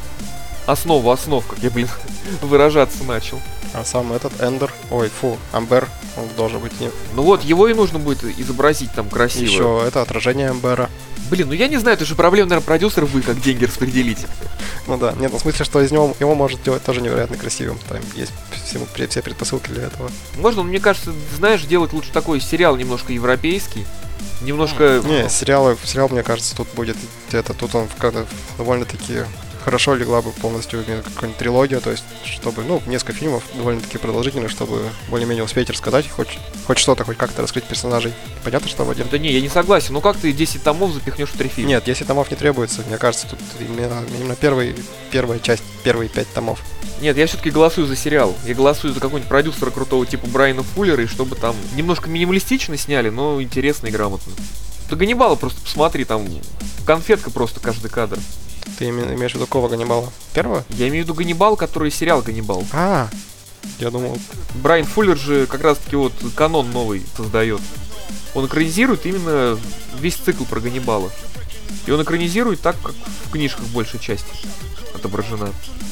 основу основ, как я, блин, выражаться начал. А сам этот Эндер, ой, фу, Амбер, он должен быть не... Ну вот, его и нужно будет изобразить там красиво. Еще это отражение Амбера. Блин, ну я не знаю, это же проблема, наверное, продюсера, вы как деньги распределите. Ну да, нет, ну в смысле, что из него его может делать тоже невероятно красивым. Там есть всему, все предпосылки для этого. Можно, но мне кажется, знаешь, делать лучше такой сериал немножко европейский. Немножко... Не, сериалы, сериал, мне кажется, тут будет это, тут он в, довольно-таки хорошо легла бы полностью какая-нибудь трилогия, то есть, чтобы, ну, несколько фильмов довольно-таки продолжительных, чтобы более-менее успеть рассказать, хоть, хоть что-то, хоть как-то раскрыть персонажей. Понятно, что в один? Да не, я не согласен. Ну как ты десять томов запихнешь в три фильма? Нет, десять томов не требуется. Мне кажется, тут именно, именно первый, первая часть, первые пять томов. Нет, я все-таки голосую за сериал. Я голосую за какого-нибудь продюсера крутого типа Брайана Фуллера, и чтобы там немножко минималистично сняли, но интересно и грамотно. Ты Ганнибала просто посмотри, там конфетка просто каждый кадр. Ты имеешь в виду кого Ганнибала? Первого? Я имею в виду Ганнибал, который сериал Ганнибал. А, я думал... Брайан Фуллер же как раз-таки вот канон новый создает. Он экранизирует именно весь цикл про Ганнибала. И он экранизирует так, как в книжках большая часть отображена.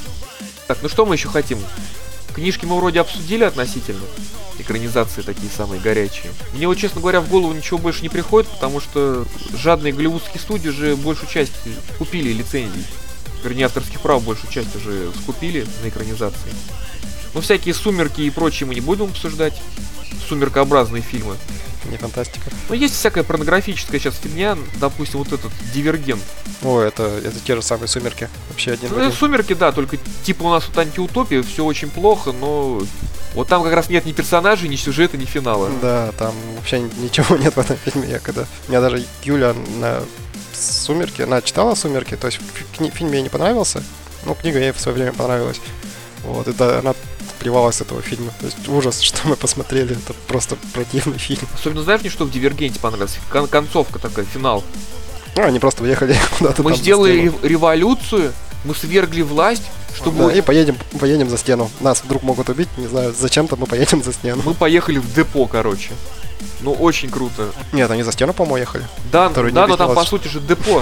Так, ну что мы еще хотим? Книжки мы вроде обсудили относительно. Экранизации такие самые горячие. Мне вот, честно говоря, в голову ничего больше не приходит, потому что жадные голливудские студии же большую часть купили лицензий. Вернее, авторских прав большую часть уже скупили на экранизации. Ну, всякие «Сумерки» и прочие мы не будем обсуждать. Сумеркообразные фильмы. Не фантастика. Ну, есть всякая порнографическая сейчас фигня, допустим, вот этот «Дивергент». О, это, это те же самые «Сумерки». Вообще один в Ну, один. это «Сумерки», да, только типа у нас вот антиутопия, все очень плохо, но вот там как раз нет ни персонажей, ни сюжета, ни финала. Да, там вообще ничего нет в этом фильме. Я когда... У меня даже Юля на «Сумерки», она читала «Сумерки», то есть кни... фильм ей не понравился, но книга ей в свое время понравилась. Вот, это она плевалась с этого фильма. То есть ужас, что мы посмотрели, это просто противный фильм. Особенно знаешь мне, что в «Дивергенте» понравилось? Кон- концовка такая, финал. Ну, они просто уехали куда-то Мы там сделали за стену. рев- революцию, мы свергли власть, чтобы... Да, и поедем, поедем за стену. Нас вдруг могут убить, не знаю, зачем-то мы поедем за стену. Мы поехали в депо, короче. Ну, очень круто. Нет, они за стену, по-моему, ехали. Да, Который не да, но там по объяснялось. сути же депо.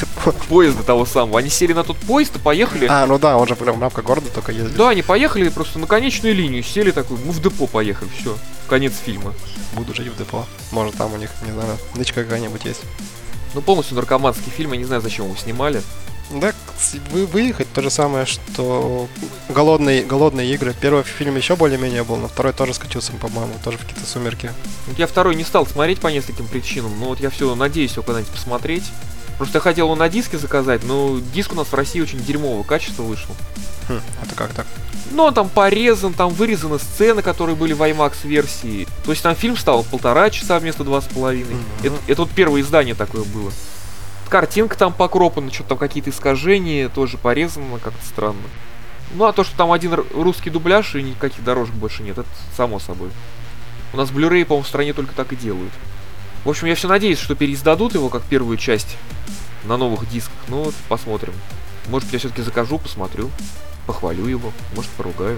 Поезда того самого. Они сели на тот поезд и поехали. А, ну да, он же прям в рамках города только ездит. Да, они поехали просто на конечную линию, сели такой, мы в депо поехали, все, конец фильма. Буду жить в депо. Может, там у них, не знаю, нычка какая-нибудь есть. Ну, полностью наркоманский фильм, я не знаю, зачем его снимали. Да, вы, выехать то же самое, что голодные, голодные игры. Первый фильм еще более-менее был, но второй тоже скатился, по-моему, тоже в какие-то сумерки. Вот я второй не стал смотреть по нескольким причинам, но вот я все надеюсь его когда-нибудь посмотреть. Просто я хотел его на диске заказать, но диск у нас в России очень дерьмового качества вышел. Хм, это как так? Ну, он там порезан, там вырезаны сцены, которые были в IMAX-версии. То есть там фильм стал полтора часа вместо два с половиной. Mm-hmm. Это, это вот первое издание такое было. Картинка там покропана, что-то там какие-то искажения, тоже порезано, как-то странно. Ну, а то, что там один р- русский дубляж и никаких дорожек больше нет, это само собой. У нас Blu-ray, по-моему, в стране только так и делают. В общем, я все надеюсь, что переиздадут его как первую часть на новых дисках. Ну, вот, посмотрим. Может, я все-таки закажу, посмотрю, похвалю его, может, поругаю.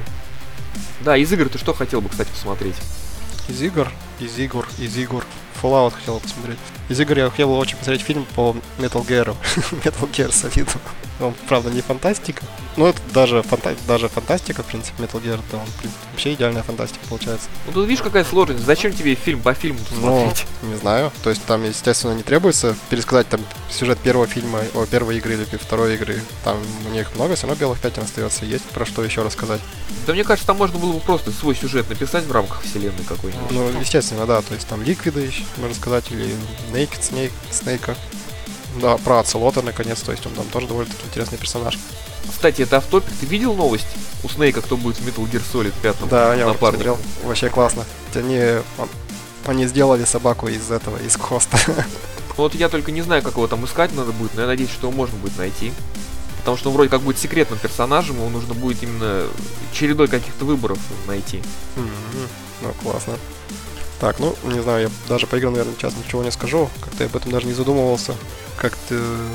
Да, из игр ты что хотел бы, кстати, посмотреть? Из игр, из игр, из игр. Fallout хотел бы посмотреть. Из игр я хотел бы очень посмотреть фильм по Metal Gear. Metal Gear Solid. Он, правда, не фантастика. Но это даже, фанта... даже фантастика, в принципе, Metal Gear. Это он, в принципе, вообще идеальная фантастика получается. Ну тут видишь, какая сложность. Зачем тебе фильм по фильму смотреть? Ну, не знаю. То есть там, естественно, не требуется пересказать там сюжет первого фильма, о, первой игры или второй игры. Там у них много, все равно белых пятен остается. Есть про что еще рассказать. Да мне кажется, там можно было бы просто свой сюжет написать в рамках вселенной какой-нибудь. Ну, естественно, да. То есть там Ликвида еще, можно сказать, или Naked Snake, Снейка. Да, про Оцелота, наконец, то есть он там тоже довольно-таки интересный персонаж. Кстати, это автопик. Ты видел новость у Снейка, кто будет в Metal Gear Solid пятом? Да, я уже напарник? посмотрел. Вообще классно. Они, он, они сделали собаку из этого, из хоста. Вот я только не знаю, как его там искать надо будет, но я надеюсь, что его можно будет найти. Потому что он вроде как будет секретным персонажем, его нужно будет именно чередой каких-то выборов найти. Mm-hmm. Ну, классно. Так, ну, не знаю, я даже по играм, наверное, сейчас ничего не скажу. Как-то я об этом даже не задумывался. Как-то...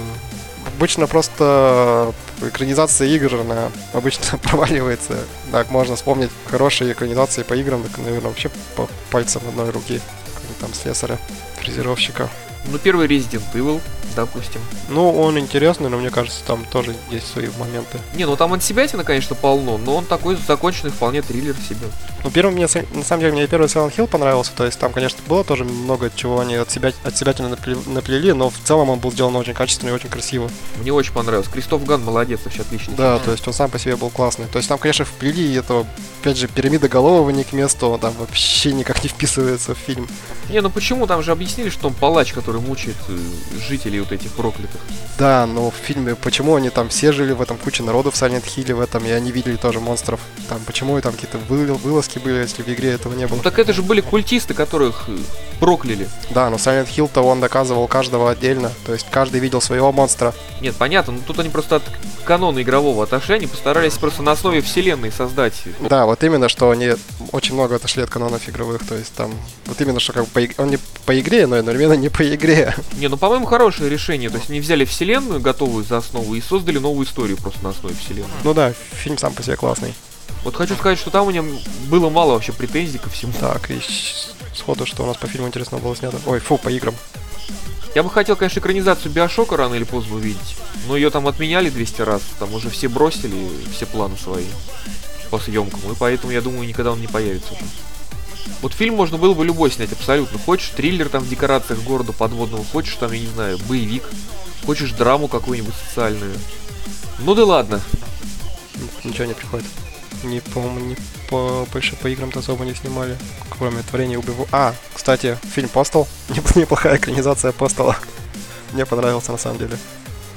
Обычно просто экранизация игр, она обычно проваливается. Так, можно вспомнить хорошие экранизации по играм, так, наверное, вообще по пальцам одной руки. Как там слесаря, фрезеровщика. Ну, первый Resident Evil, допустим. Ну, он интересный, но мне кажется, там тоже есть свои моменты. Не, ну там антисебятина, конечно, полно, но он такой законченный вполне триллер в себе. Ну, первый мне, на самом деле, мне первый Silent Hill понравился, то есть там, конечно, было тоже много чего они от себя, от себятины наплели, наплели, но в целом он был сделан очень качественно и очень красиво. Мне очень понравилось. Кристоф Ган молодец, вообще отлично. Да, то есть он сам по себе был классный. То есть там, конечно, вплели этого, опять же, пирамида голового не к месту, он там вообще никак не вписывается в фильм. Не, ну почему? Там же объяснили, что он палач, который мучает э, жителей вот этих проклятых. Да, но в фильме, почему они там все жили в этом, куча народу в Silent Hill в этом, и они видели тоже монстров. Там, почему там какие-то вы, вылазки были, если в игре этого не было. Ну так это же были культисты, которых э, прокляли. Да, но Silent Hill-то он доказывал каждого отдельно, то есть каждый видел своего монстра. Нет, понятно, но тут они просто от канона игрового отошли, они постарались просто на основе вселенной создать. Да, вот именно, что они очень много отошли от канонов игровых, то есть там, вот именно, что как бы по, иг- он не по игре, но одновременно не по игре. Не, ну по-моему хорошее решение, то есть они взяли вселенную, готовую за основу, и создали новую историю просто на основе вселенной. Ну да, фильм сам по себе классный. Вот хочу сказать, что там у него было мало вообще претензий ко всему. Так, и с- сходу, что у нас по фильму интересного было снято. Ой, фу, по играм. Я бы хотел, конечно, экранизацию Биошока рано или поздно увидеть, но ее там отменяли двести раз, там уже все бросили все планы свои по съемкам, и поэтому, я думаю, никогда он не появится уже. Вот фильм можно было бы любой снять абсолютно. Хочешь триллер там в декорациях города подводного, хочешь там, я не знаю, боевик, хочешь драму какую-нибудь социальную. Ну да ладно. Ничего не приходит. Не по-моему, не по, больше по играм-то особо не снимали, кроме творения убиву. А, кстати, фильм Postal. Неплохая экранизация Постала. Мне понравился на самом деле.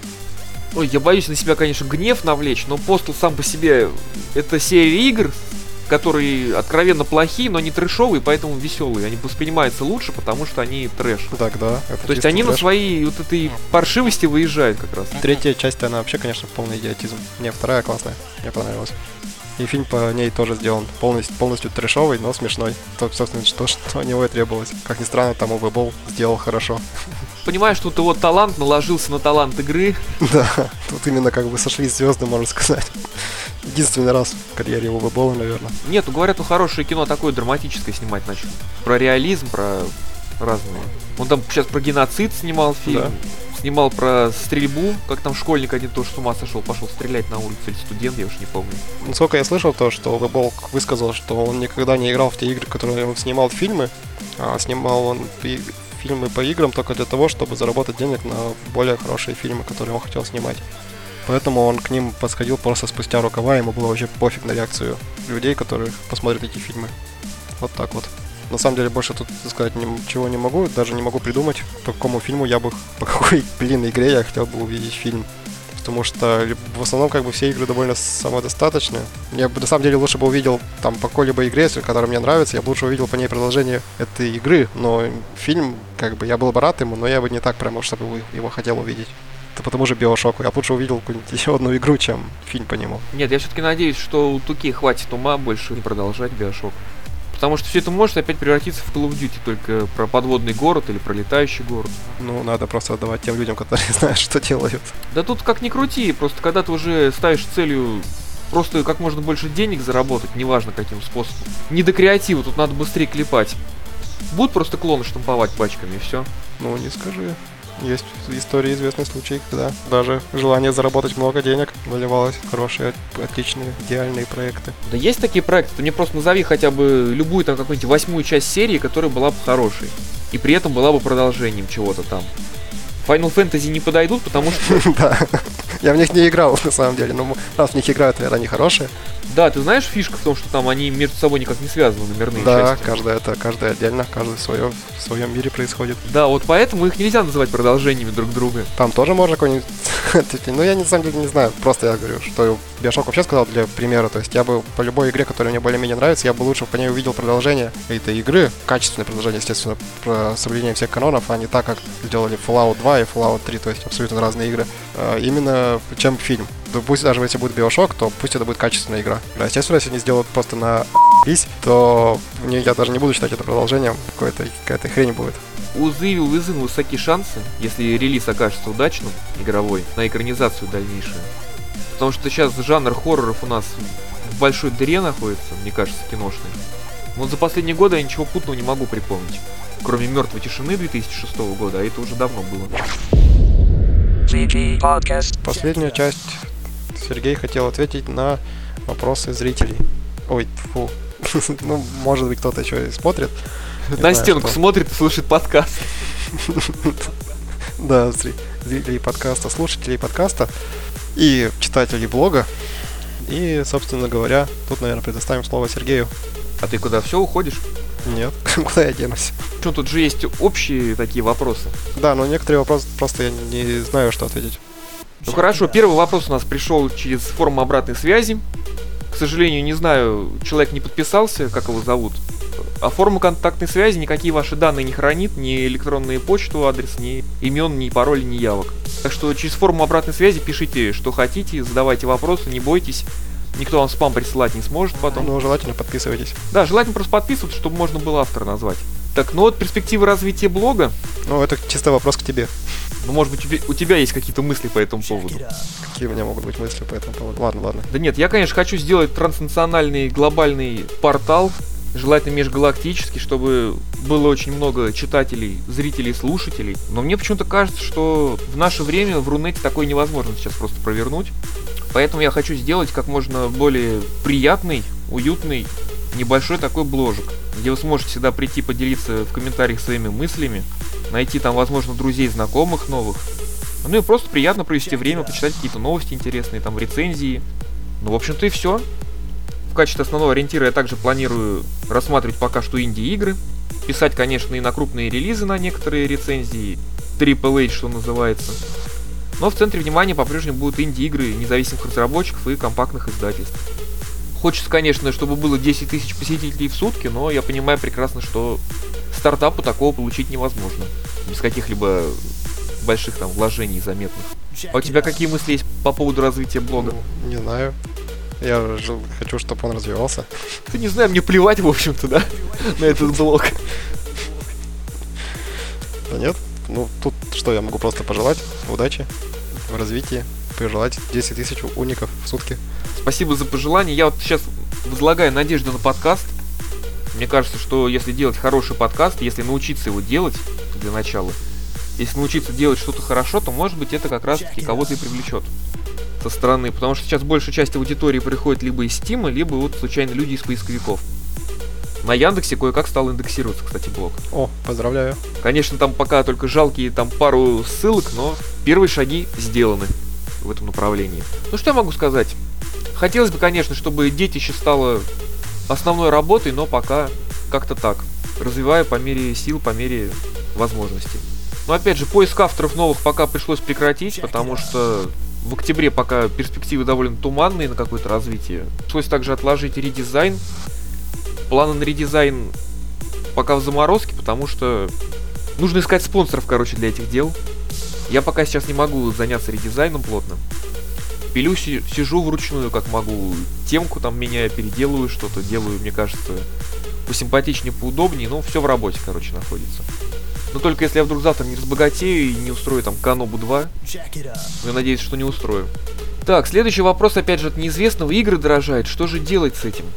Ой, я боюсь на себя, конечно, гнев навлечь, но Postal сам по себе это серия игр, которые откровенно плохие, но не трэшовые, поэтому веселые. Они воспринимаются лучше, потому что они трэш. Так, да. Это То есть чисто они на трэш. своей вот этой паршивости выезжают как раз. Третья часть, она вообще, конечно, полный идиотизм. Не, вторая классная. Мне понравилась. И фильм по ней тоже сделан полностью, полностью трэшовый, но смешной. То, собственно, что, что от него и требовалось. Как ни странно, там Уве Болл сделал хорошо. Понимаешь, тут его талант наложился на талант игры. Да, тут именно как бы сошлись звезды, можно сказать. Единственный раз в карьере Уве Болла, наверное. Нет, ну говорят, он хорошее кино такое драматическое снимать начал. Про реализм, про разные. Он там сейчас про геноцид снимал фильм. Да. Снимал про стрельбу, как там школьник один тоже с ума сошел, пошел стрелять на улице, или студент, я уж не помню. Насколько я слышал то, что Уве Болл высказал, что он никогда не играл в те игры, которые он снимал фильмы, а снимал он пи- фильмы по играм только для того, чтобы заработать денег на более хорошие фильмы, которые он хотел снимать. Поэтому он к ним подходил просто спустя рукава, ему было вообще пофиг на реакцию людей, которые посмотрят эти фильмы. Вот так вот. На самом деле больше тут сказать ничего не могу, даже не могу придумать, по какому фильму я бы, по какой, блин, игре я хотел бы увидеть фильм. Потому что в основном как бы все игры довольно самодостаточные. Я бы на самом деле лучше бы увидел там по какой-либо игре, если которая мне нравится, я бы лучше увидел по ней продолжение этой игры. Но фильм, как бы, я был бы рад ему, но я бы не так прямо, чтобы его хотел увидеть. Это по тому же Биошоку. Я бы лучше увидел какую-нибудь еще одну игру, чем фильм по нему. Нет, я все-таки надеюсь, что у Туки хватит ума больше не продолжать Биошок. Потому что все это может опять превратиться в Call of Duty, только про подводный город или про летающий город. Ну, надо просто отдавать тем людям, которые знают, что делают. Да тут как ни крути, просто когда ты уже ставишь целью просто как можно больше денег заработать, неважно каким способом. Не до креатива, тут надо быстрее клепать. Будут просто клоны штамповать пачками, и все. Ну, не скажи. Есть в истории известные случаи, когда даже желание заработать много денег выливалось в хорошие, отличные, идеальные проекты. Да есть такие проекты, ты мне просто назови хотя бы любую там какую-нибудь восьмую часть серии, которая была бы хорошей. И при этом была бы продолжением чего-то там. Final Fantasy не подойдут, потому что... Да, я в них не играл, на самом деле, но раз в них играют, наверное, они хорошие. Да, ты знаешь, фишка в том, что там они между собой никак не связаны, номерные Да, части. каждая это, каждая отдельно, каждый в своем, в своем мире происходит. Да, вот поэтому их нельзя называть продолжениями друг друга. Там тоже можно какой-нибудь... Ну, я на самом деле не знаю, просто я говорю, что Bioshock вообще сказал для примера. То есть я бы по любой игре, которая мне более-менее нравится, я бы лучше по ней увидел продолжение этой игры, качественное продолжение, естественно, про соблюдение всех канонов, а не так, как сделали Fallout два и Fallout три, то есть абсолютно разные игры. Именно чем фильм. Да пусть даже если будет Bioshock, то пусть это будет качественная игра. Да, естественно, если они сделают просто на ***ись, то мне, я даже не буду считать это продолжением, какой-то, какая-то хрень будет. У The Evil Within высокие шансы, если релиз окажется удачным, игровой, на экранизацию дальнейшую. Потому что сейчас жанр хорроров у нас в большой дыре находится, мне кажется, киношный. Вот за последние годы я ничего путного не могу припомнить. Кроме «Мертвой тишины» две тысячи шестого года, а это уже давно было. джи джи Podcast. Последняя часть. Сергей хотел ответить на вопросы зрителей. Ой, фу. Ну, может быть, кто-то еще и смотрит. На стенку смотрит и слушает подкаст. Да, зрителей подкаста, слушателей подкаста и читателей блога. И, собственно говоря, тут, наверное, предоставим слово Сергею. А ты куда, все уходишь? Нет, куда я денусь? Что, тут же есть общие такие вопросы. Да, но некоторые вопросы просто я не знаю, что ответить. Ну хорошо, первый вопрос у нас пришел через форму обратной связи. К сожалению, не знаю, человек не подписался, как его зовут. А форму контактной связи никакие ваши данные не хранит, ни электронную почту, адрес, ни имен, ни паролей, ни явок. Так что через форму обратной связи пишите, что хотите, задавайте вопросы, не бойтесь. Никто вам спам присылать не сможет потом. Ну, желательно подписывайтесь. Да, желательно просто подписываться, чтобы можно было автора назвать. Так, ну вот перспективы развития блога. Ну, это чисто вопрос к тебе. Ну, может быть, у тебя- у тебя есть какие-то мысли по этому поводу? Какие у меня могут быть мысли по этому поводу? Ладно, ладно. Да нет, я, конечно, хочу сделать транснациональный глобальный портал, желательно межгалактический, чтобы было очень много читателей, зрителей, слушателей. Но мне почему-то кажется, что в наше время в Рунете такое невозможно сейчас просто провернуть. Поэтому я хочу сделать как можно более приятный, уютный, небольшой такой бложик, где вы сможете всегда прийти поделиться в комментариях своими мыслями, найти там, возможно, друзей, знакомых новых. Ну и просто приятно провести время, почитать какие-то новости интересные, там, рецензии. Ну, в общем-то, и все. В качестве основного ориентира я также планирую рассматривать пока что инди-игры. Писать, конечно, и на крупные релизы на некоторые рецензии. Triple H, что называется. Но в центре внимания по-прежнему будут инди-игры независимых разработчиков и компактных издательств. Хочется, конечно, чтобы было десять тысяч посетителей в сутки, но я понимаю прекрасно, что стартапу такого получить невозможно. Без каких-либо больших там вложений заметных. А у тебя какие мысли есть по поводу развития блога? Ну, не знаю. Я жил, хочу, чтобы он развивался. Ты не знаю, мне плевать, в общем-то, да, на этот блог. Да нет. Ну, тут что, я могу просто пожелать удачи в развитии, пожелать десять тысяч уников в сутки. Спасибо за пожелание. Я вот сейчас возлагаю надежду на подкаст. Мне кажется, что если делать хороший подкаст, если научиться его делать для начала, если научиться делать что-то хорошо, то, может быть, это как раз-таки кого-то и привлечет со стороны. Потому что сейчас большая часть аудитории приходит либо из Стима, либо вот случайно люди из поисковиков. На Яндексе кое-как стал индексироваться, кстати, блог. О, поздравляю. Конечно, там пока только жалкие там пару ссылок, но первые шаги сделаны в этом направлении. Ну что я могу сказать? Хотелось бы, конечно, чтобы детище стало основной работой, но пока как-то так. Развиваю по мере сил, по мере возможностей. Но опять же, поиск авторов новых пока пришлось прекратить, потому что в октябре пока перспективы довольно туманные на какое-то развитие. Пришлось также отложить редизайн. Планы на редизайн пока в заморозке, потому что нужно искать спонсоров, короче, для этих дел. Я пока сейчас не могу заняться редизайном плотно. Пилю, сижу вручную, как могу. Темку там меняю, переделываю что-то, делаю, мне кажется, посимпатичнее, поудобнее. Ну, все в работе, короче, находится. Но только если я вдруг завтра не разбогатею и не устрою там Канобу два, я надеюсь, что не устрою. Так, следующий вопрос, опять же, от неизвестного. Игры дорожают. Что же делать с этим?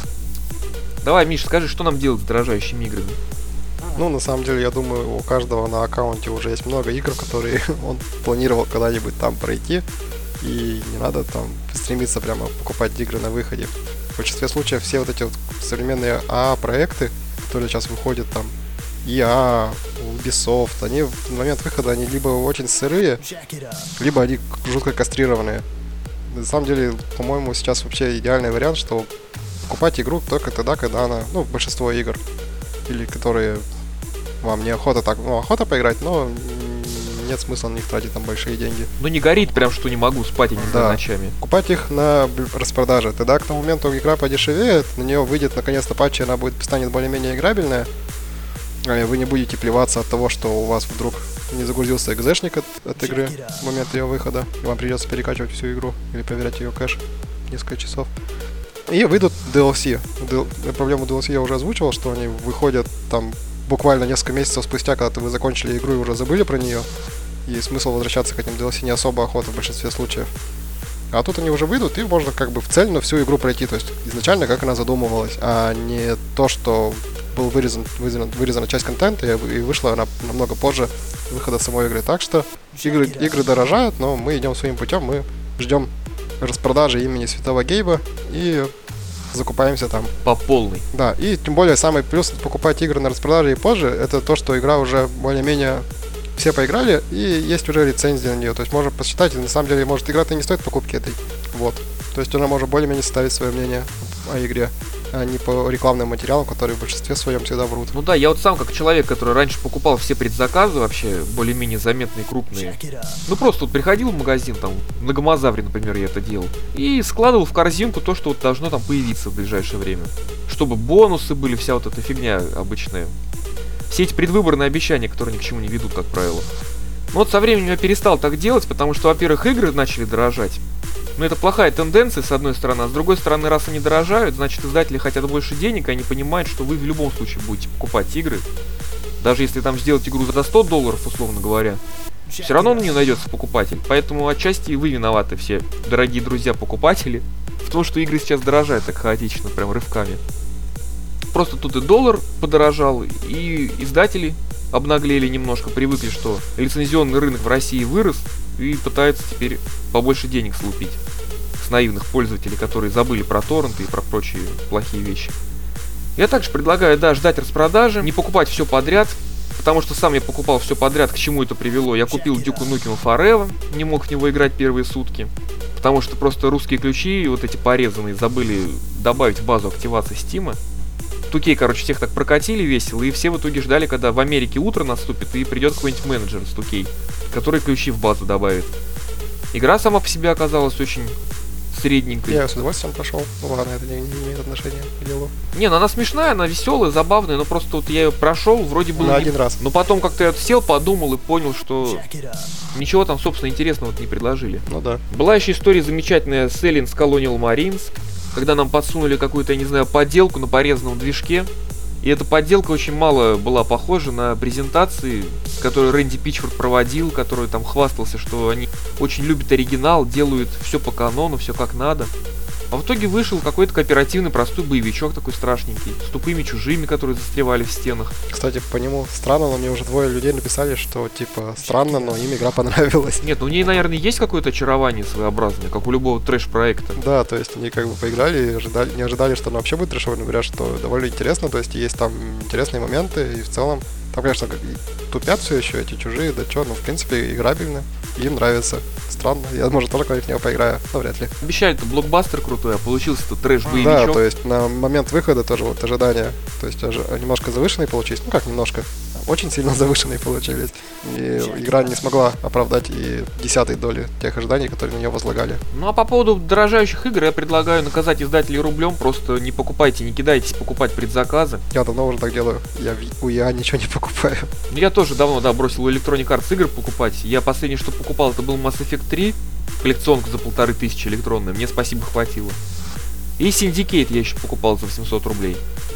Давай, Миш, скажи, что нам делать с дорожающими играми? Ну, на самом деле, я думаю, у каждого на аккаунте уже есть много игр, которые он планировал когда-нибудь там пройти. И не надо там стремиться прямо покупать игры на выходе. В большинстве случаев все вот эти вот современные АА-проекты, которые сейчас выходят там, и а, Ubisoft, они в момент выхода они либо очень сырые, либо они жутко кастрированные. На самом деле, по-моему, сейчас вообще идеальный вариант, что покупать игру только тогда, когда она, ну, большинство игр, или которые вам неохота так, ну, охота поиграть, но нет смысла на них тратить там большие деньги. Ну не горит прям, что не могу спать иногда Да. ночами. Покупать их на распродаже. Тогда к тому моменту игра подешевеет, на нее выйдет наконец-то патч, и она будет, станет более-менее играбельная. Вы не будете плеваться от того, что у вас вдруг не загрузился экзешник от, от игры в момент ее выхода, и вам придется перекачивать всю игру или проверять ее кэш несколько часов. И выйдут ди эл си. Д- Проблему ди эл си я уже озвучивал, что они выходят там буквально несколько месяцев спустя, когда вы закончили игру и уже забыли про нее. И смысл возвращаться к этим ди эл си не особо охота в большинстве случаев. А тут они уже выйдут, и можно как бы в цельно всю игру пройти. То есть изначально как она задумывалась, а не то, что был вырезан, вырезан, вырезана часть контента, и, и вышла она намного позже выхода самой игры. Так что игры, игры дорожают, но мы идем своим путем, мы ждем распродажи имени Святого Гейба и закупаемся там. По полной. Да, и тем более самый плюс покупать игры на распродаже и позже, это то, что игра уже более-менее все поиграли, и есть уже рецензия на нее. То есть можно посчитать, и на самом деле, может, игра-то не стоит покупки этой. Вот. То есть она может более-менее составить свое мнение о игре, а не по рекламным материалам, которые в большинстве своем всегда врут. Ну да, я вот сам как человек, который раньше покупал все предзаказы вообще более-менее заметные, крупные. Ну просто вот приходил в магазин, там, в Многомозавре, например, я это делал, и складывал в корзинку то, что вот должно там появиться в ближайшее время. Чтобы бонусы были, вся вот эта фигня обычная. Все эти предвыборные обещания, которые ни к чему не ведут, как правило. Но вот со временем я перестал так делать, потому что, во-первых, игры начали дорожать. Но это плохая тенденция, с одной стороны. А с другой стороны, раз они дорожают, значит, издатели хотят больше денег, и они понимают, что вы в любом случае будете покупать игры. Даже если там сделать игру за сто долларов, условно говоря, все равно на нее найдется покупатель. Поэтому отчасти и вы виноваты, все дорогие друзья-покупатели, в том, что игры сейчас дорожают так хаотично, прям рывками. Просто тут и доллар подорожал, и издатели обнаглели немножко, привыкли, что лицензионный рынок в России вырос, и пытаются теперь побольше денег слупить с наивных пользователей, которые забыли про торренты и про прочие плохие вещи. Я также предлагаю, да, ждать распродажи, не покупать все подряд, потому что сам я покупал все подряд, к чему это привело. Я купил Duke Nukem Forever, не мог в него играть первые сутки, потому что просто русские ключи, вот эти порезанные, забыли добавить в базу активации Steam. ту кей, короче, всех так прокатили весело, и все в итоге ждали, когда в Америке утро наступит, и придет какой-нибудь менеджер с ту кей, который ключи в базу добавит. Игра сама по себе оказалась очень средненькой. Я с удовольствием прошел. Ну ладно, это не, не имеет отношения к делу. Не, ну она смешная, она веселая, забавная, но просто вот я ее прошел, вроде бы... На один раз. Но потом как-то я сел, подумал и понял, что ничего там, собственно, интересного не предложили. Ну да. Была еще история замечательная с Aliens Colonial Marines, когда нам подсунули какую-то, я не знаю, подделку на порезанном движке. И эта подделка очень мало была похожа на презентации, которые Рэнди Пичфорд проводил, который там хвастался, что они очень любят оригинал, делают все по канону, все как надо. А в итоге вышел какой-то кооперативный простой боевичок такой страшненький, с тупыми чужими, которые застревали в стенах. Кстати, по нему странно, но мне уже двое людей написали, что типа странно, но им игра понравилась. Нет, ну у ней, наверное, есть какое-то очарование своеобразное, как у любого трэш-проекта. Да, то есть они как бы поиграли и ожидали, не ожидали, что она вообще будет трэшовой, но говорят, что довольно интересно, то есть есть там интересные моменты, и в целом там, конечно, как и тупят все еще эти чужие, да чё, ну в принципе играбельно, им нравится. Странно, я, может, тоже когда-нибудь в него поиграю, но вряд ли. Обещали-то блокбастер крутой, а получился-то трэш-боевичок. Да, то есть на момент выхода тоже вот ожидания, то есть ожи- немножко завышенные получились, ну как немножко, очень сильно завышенные получились. И игра не смогла оправдать и десятой доли тех ожиданий, которые на нее возлагали. Ну а по поводу дорожающих игр я предлагаю наказать издателей рублем, просто не покупайте, не кидайтесь покупать предзаказы. Я давно уже так делаю, я в- у и а ничего не покупаю. Я тоже давно, да, бросил у Electronic Arts игр покупать. Я последнее, что покупал, это был Mass Effect три, коллекционка за полторы тысячи электронная, мне спасибо хватило. И Syndicate я еще покупал за восемьсот рублей.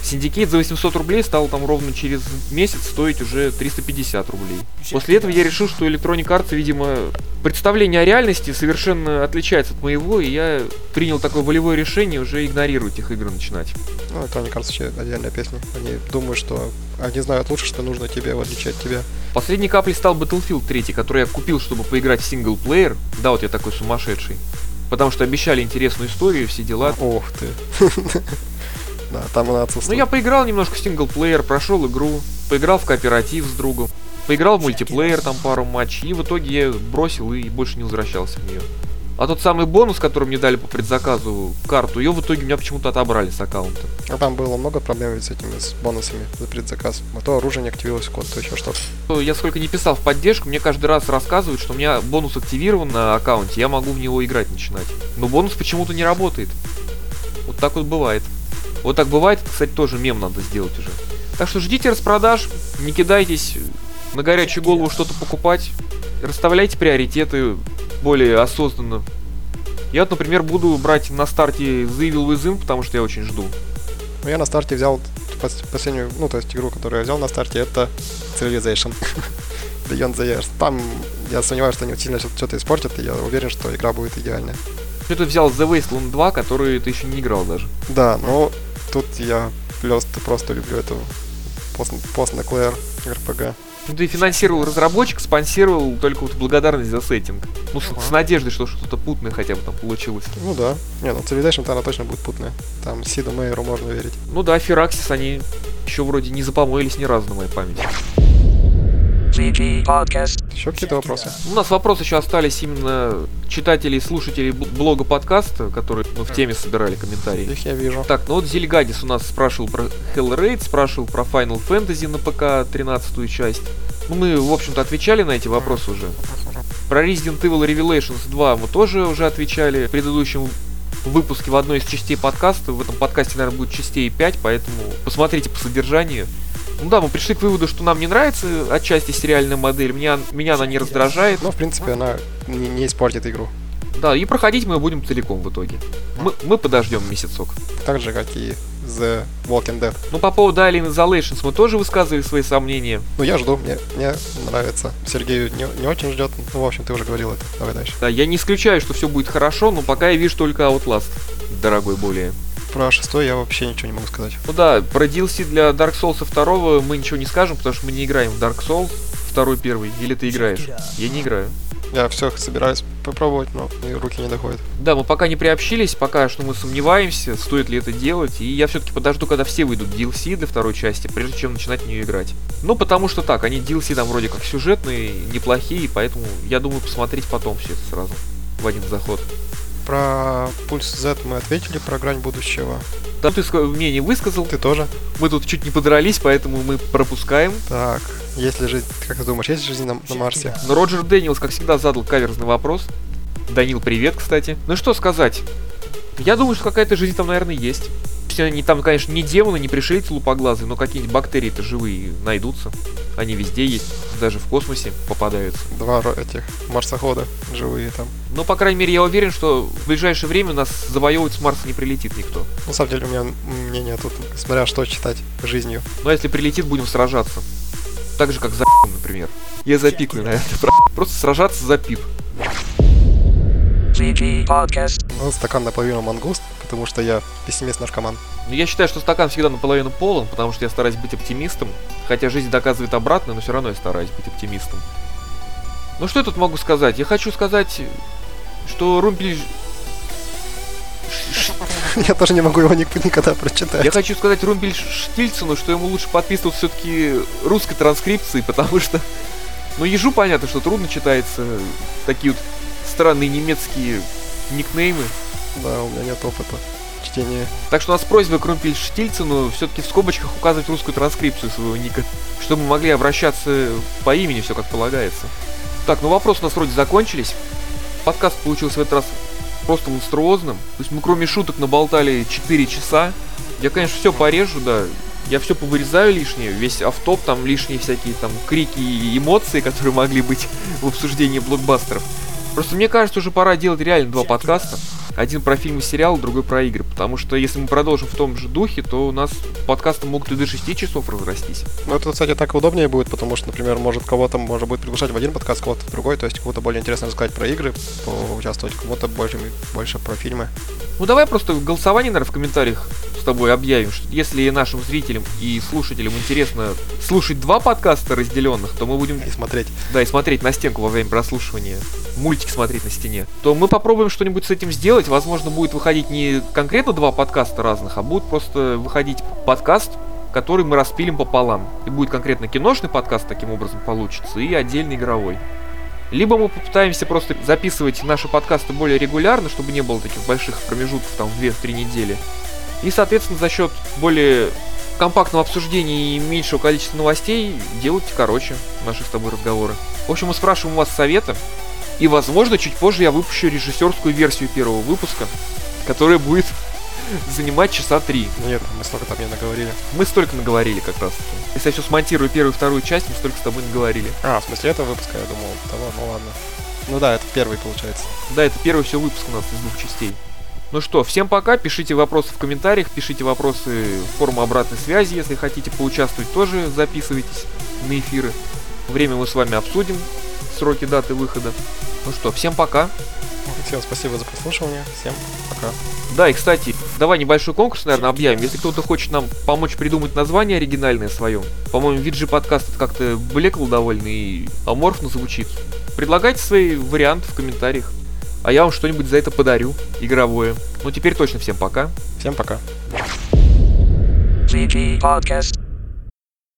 Syndicate за восемьсот рублей стал там ровно через месяц стоить уже триста пятьдесят рублей. После этого я решил, что Electronic Arts, видимо, представление о реальности совершенно отличается от моего, и я принял такое волевое решение уже игнорировать их игры начинать. Ну, Electronic Arts вообще отдельная песня. Они думают, что они знают лучше, что нужно тебе, в отличие от тебя. Последней каплей стал Battlefield три, который я купил, чтобы поиграть в синглплеер. Да, вот я такой сумасшедший. Потому что обещали интересную историю и все дела. Ох ты. Да, там она отсутствует. Ну, я поиграл немножко в синглплеер, прошел игру, поиграл в кооператив с другом, поиграл в мультиплеер, там пару матчей, и в итоге я бросил и больше не возвращался в нее. А тот самый бонус, который мне дали по предзаказу, карту, ее в итоге у меня почему-то отобрали с аккаунта. А там было много проблем с этими с бонусами за предзаказ. А то оружие не активировалось, код, то еще что-то. Я сколько не писал в поддержку, мне каждый раз рассказывают, что у меня бонус активирован на аккаунте, я могу в него играть начинать. Но бонус почему-то не работает. Вот так вот бывает. Вот так бывает, кстати, тоже мем надо сделать уже. Так что ждите распродаж, не кидайтесь на горячую голову что-то покупать, расставляйте приоритеты более осознанно. Я вот, например, буду брать на старте The Evil Within, потому что я очень жду. Ну, я на старте взял последнюю, ну, то есть игру, которую я взял на старте, это Civilization Beyond the Years. Там я сомневаюсь, что они сильно что-то испортят, и я уверен, что игра будет идеальная. Ты тут взял The Wasteland два, который ты еще не играл даже. Да, но тут я просто, просто люблю эту пост-наклеер эр пи джи. Ну, ты финансировал разработчик, спонсировал только вот благодарность за сеттинг. Ну, uh-huh. с, с надеждой, что что-то путное хотя бы там получилось. Ну да. Не, ну Civilization-то она точно будет путная. Там Сиду Мейеру можно верить. Ну да, Firaxis они еще вроде не запомоились ни разу на моей памяти. Еще какие-то вопросы? У нас вопросы еще остались именно читателей и слушателей блога подкаста, которые мы в теме собирали комментарии. Их я вижу. Так, ну вот Зельгадис у нас спрашивал про Hellraid, спрашивал про Final Fantasy на ПК тринадцатую часть. Ну, мы, в общем-то, отвечали на эти вопросы уже. Про Resident Evil Revelations два мы тоже уже отвечали в предыдущем выпуске в одной из частей подкаста. В этом подкасте, наверное, будет частей пять, поэтому посмотрите по содержанию. Ну да, мы пришли к выводу, что нам не нравится отчасти сериальная модель, меня, меня она не раздражает. Но, в принципе, она не, не испортит игру. Да, и проходить мы будем целиком в итоге. Мы, мы подождем месяцок. Так же, как и The Walking Dead. Ну, по поводу Alien Isolations мы тоже высказывали свои сомнения. Ну, я жду, мне, мне нравится. Сергею не, не очень ждет. Ну, в общем, ты уже говорил это. Давай дальше. Да, я не исключаю, что все будет хорошо, но пока я вижу только Outlast, дорогой более. Про шестой я вообще ничего не могу сказать. Ну да, про ди эл си для Dark Souls два мы ничего не скажем, потому что мы не играем в Dark Souls второй, первый. Или ты играешь? Я не играю. Я все собираюсь попробовать, но руки не доходят. Да, мы пока не приобщились, пока что мы сомневаемся, стоит ли это делать. И я все-таки подожду, когда все выйдут ди эл си для второй части, прежде чем начинать в нее играть. Ну, потому что так, они ди эл си там вроде как сюжетные, неплохие, поэтому я думаю посмотреть потом все это сразу, в один заход. Про Пульс Z мы ответили, про Грань будущего. Да, ты мнение высказал. Ты тоже. Мы тут чуть не подрались, поэтому мы пропускаем. Так, есть ли жизнь, как ты думаешь, есть жизнь на, на Марсе? Но Роджер Дэниелс, как всегда, задал каверзный вопрос. Данил, привет, кстати. Ну что сказать? Я думаю, что какая-то жизнь там, наверное, есть. Они там, конечно, не демоны, не пришельцы лупоглазые, но какие-нибудь бактерии-то живые найдутся. Они везде есть, даже в космосе попадаются. Два этих марсохода живые там. Ну, по крайней мере, я уверен, что в ближайшее время нас завоевывать с Марса не прилетит никто. На самом деле, у меня мнение тут, смотря что читать жизнью. Но если прилетит, будем сражаться. Так же, как за например. Я запикаю на это. Просто сражаться за пип. Ну, стакан наполовину мангуст, потому что я пессимист-наркоман. Ну, я считаю, что стакан всегда наполовину полон, потому что я стараюсь быть оптимистом. Хотя жизнь доказывает обратное, но все равно я стараюсь быть оптимистом. Ну, что я тут могу сказать? Я хочу сказать, что Румпель... Я тоже не могу его никогда прочитать. Я хочу сказать Румпельштильцену, что ему лучше подписываться все-таки русской транскрипцией, потому что... Ну, ежу понятно, что трудно читается такие вот странные немецкие никнеймы. Да, у меня нет опыта чтения. Так что у нас просьба к Румпельштильцену все-таки в скобочках указывать русскую транскрипцию своего ника, чтобы мы могли обращаться по имени, все как полагается. Так, ну вопросы у нас вроде закончились. Подкаст получился в этот раз просто монструозным. То есть мы кроме шуток наболтали четыре часа. Я, конечно, все порежу, да. Я все повырезаю лишнее, весь автоп, там лишние всякие там крики и эмоции, которые могли быть в обсуждении блокбастеров. Просто мне кажется, уже пора делать реально два подкаста. один про фильмы и сериалы, другой про игры. Потому что если мы продолжим в том же духе, то у нас подкасты могут и до шести часов разрастись. Ну, это, кстати, так удобнее будет, потому что, например, может кого-то можно будет приглашать в один подкаст, кого-то в другой, то есть кому-то более интересно рассказать про игры, поучаствовать, кому-то больше, больше про фильмы. Ну давай просто в голосовании, наверное, в комментариях с тобой объявим, что если нашим зрителям и слушателям интересно слушать два подкаста разделенных, то мы будем... И смотреть. Да, и смотреть на стенку во время прослушивания, мультики смотреть на стене, то мы попробуем что-нибудь с этим сделать. Возможно, будет выходить не конкретно два подкаста разных, а будет просто выходить подкаст, который мы распилим пополам. И будет конкретно киношный подкаст, таким образом получится, и отдельный игровой. Либо мы попытаемся просто записывать наши подкасты более регулярно, чтобы не было таких больших промежутков, там, в две-три недели. И, соответственно, за счет более компактного обсуждения и меньшего количества новостей делать короче наши с тобой разговоры. В общем, мы спрашиваем у вас совета. И, возможно, чуть позже я выпущу режиссерскую версию первого выпуска, которая будет занимать часа три. Нет, мы столько там не наговорили. Мы столько наговорили как раз. Если я все смонтирую первую и вторую часть, мы столько с тобой наговорили. А, в смысле этого выпуска, я думал, того, ну ладно. Ну да, это первый получается. Да, это первый все выпуск у нас из двух частей. Ну что, всем пока, пишите вопросы в комментариях, пишите вопросы в форму обратной связи, если хотите поучаствовать, тоже записывайтесь на эфиры. Время мы с вами обсудим, сроки, даты выхода. Ну что, всем пока. Всем спасибо за прослушивание, всем пока. Да, и, кстати, давай небольшой конкурс, наверное, объявим. Если кто-то хочет нам помочь придумать название оригинальное свое, по-моему, ви джи подкаст как-то блекло довольно и аморфно звучит, предлагайте свои варианты в комментариях, а я вам что-нибудь за это подарю, игровое. Ну, теперь точно всем пока. Всем пока. ви джи Podcast.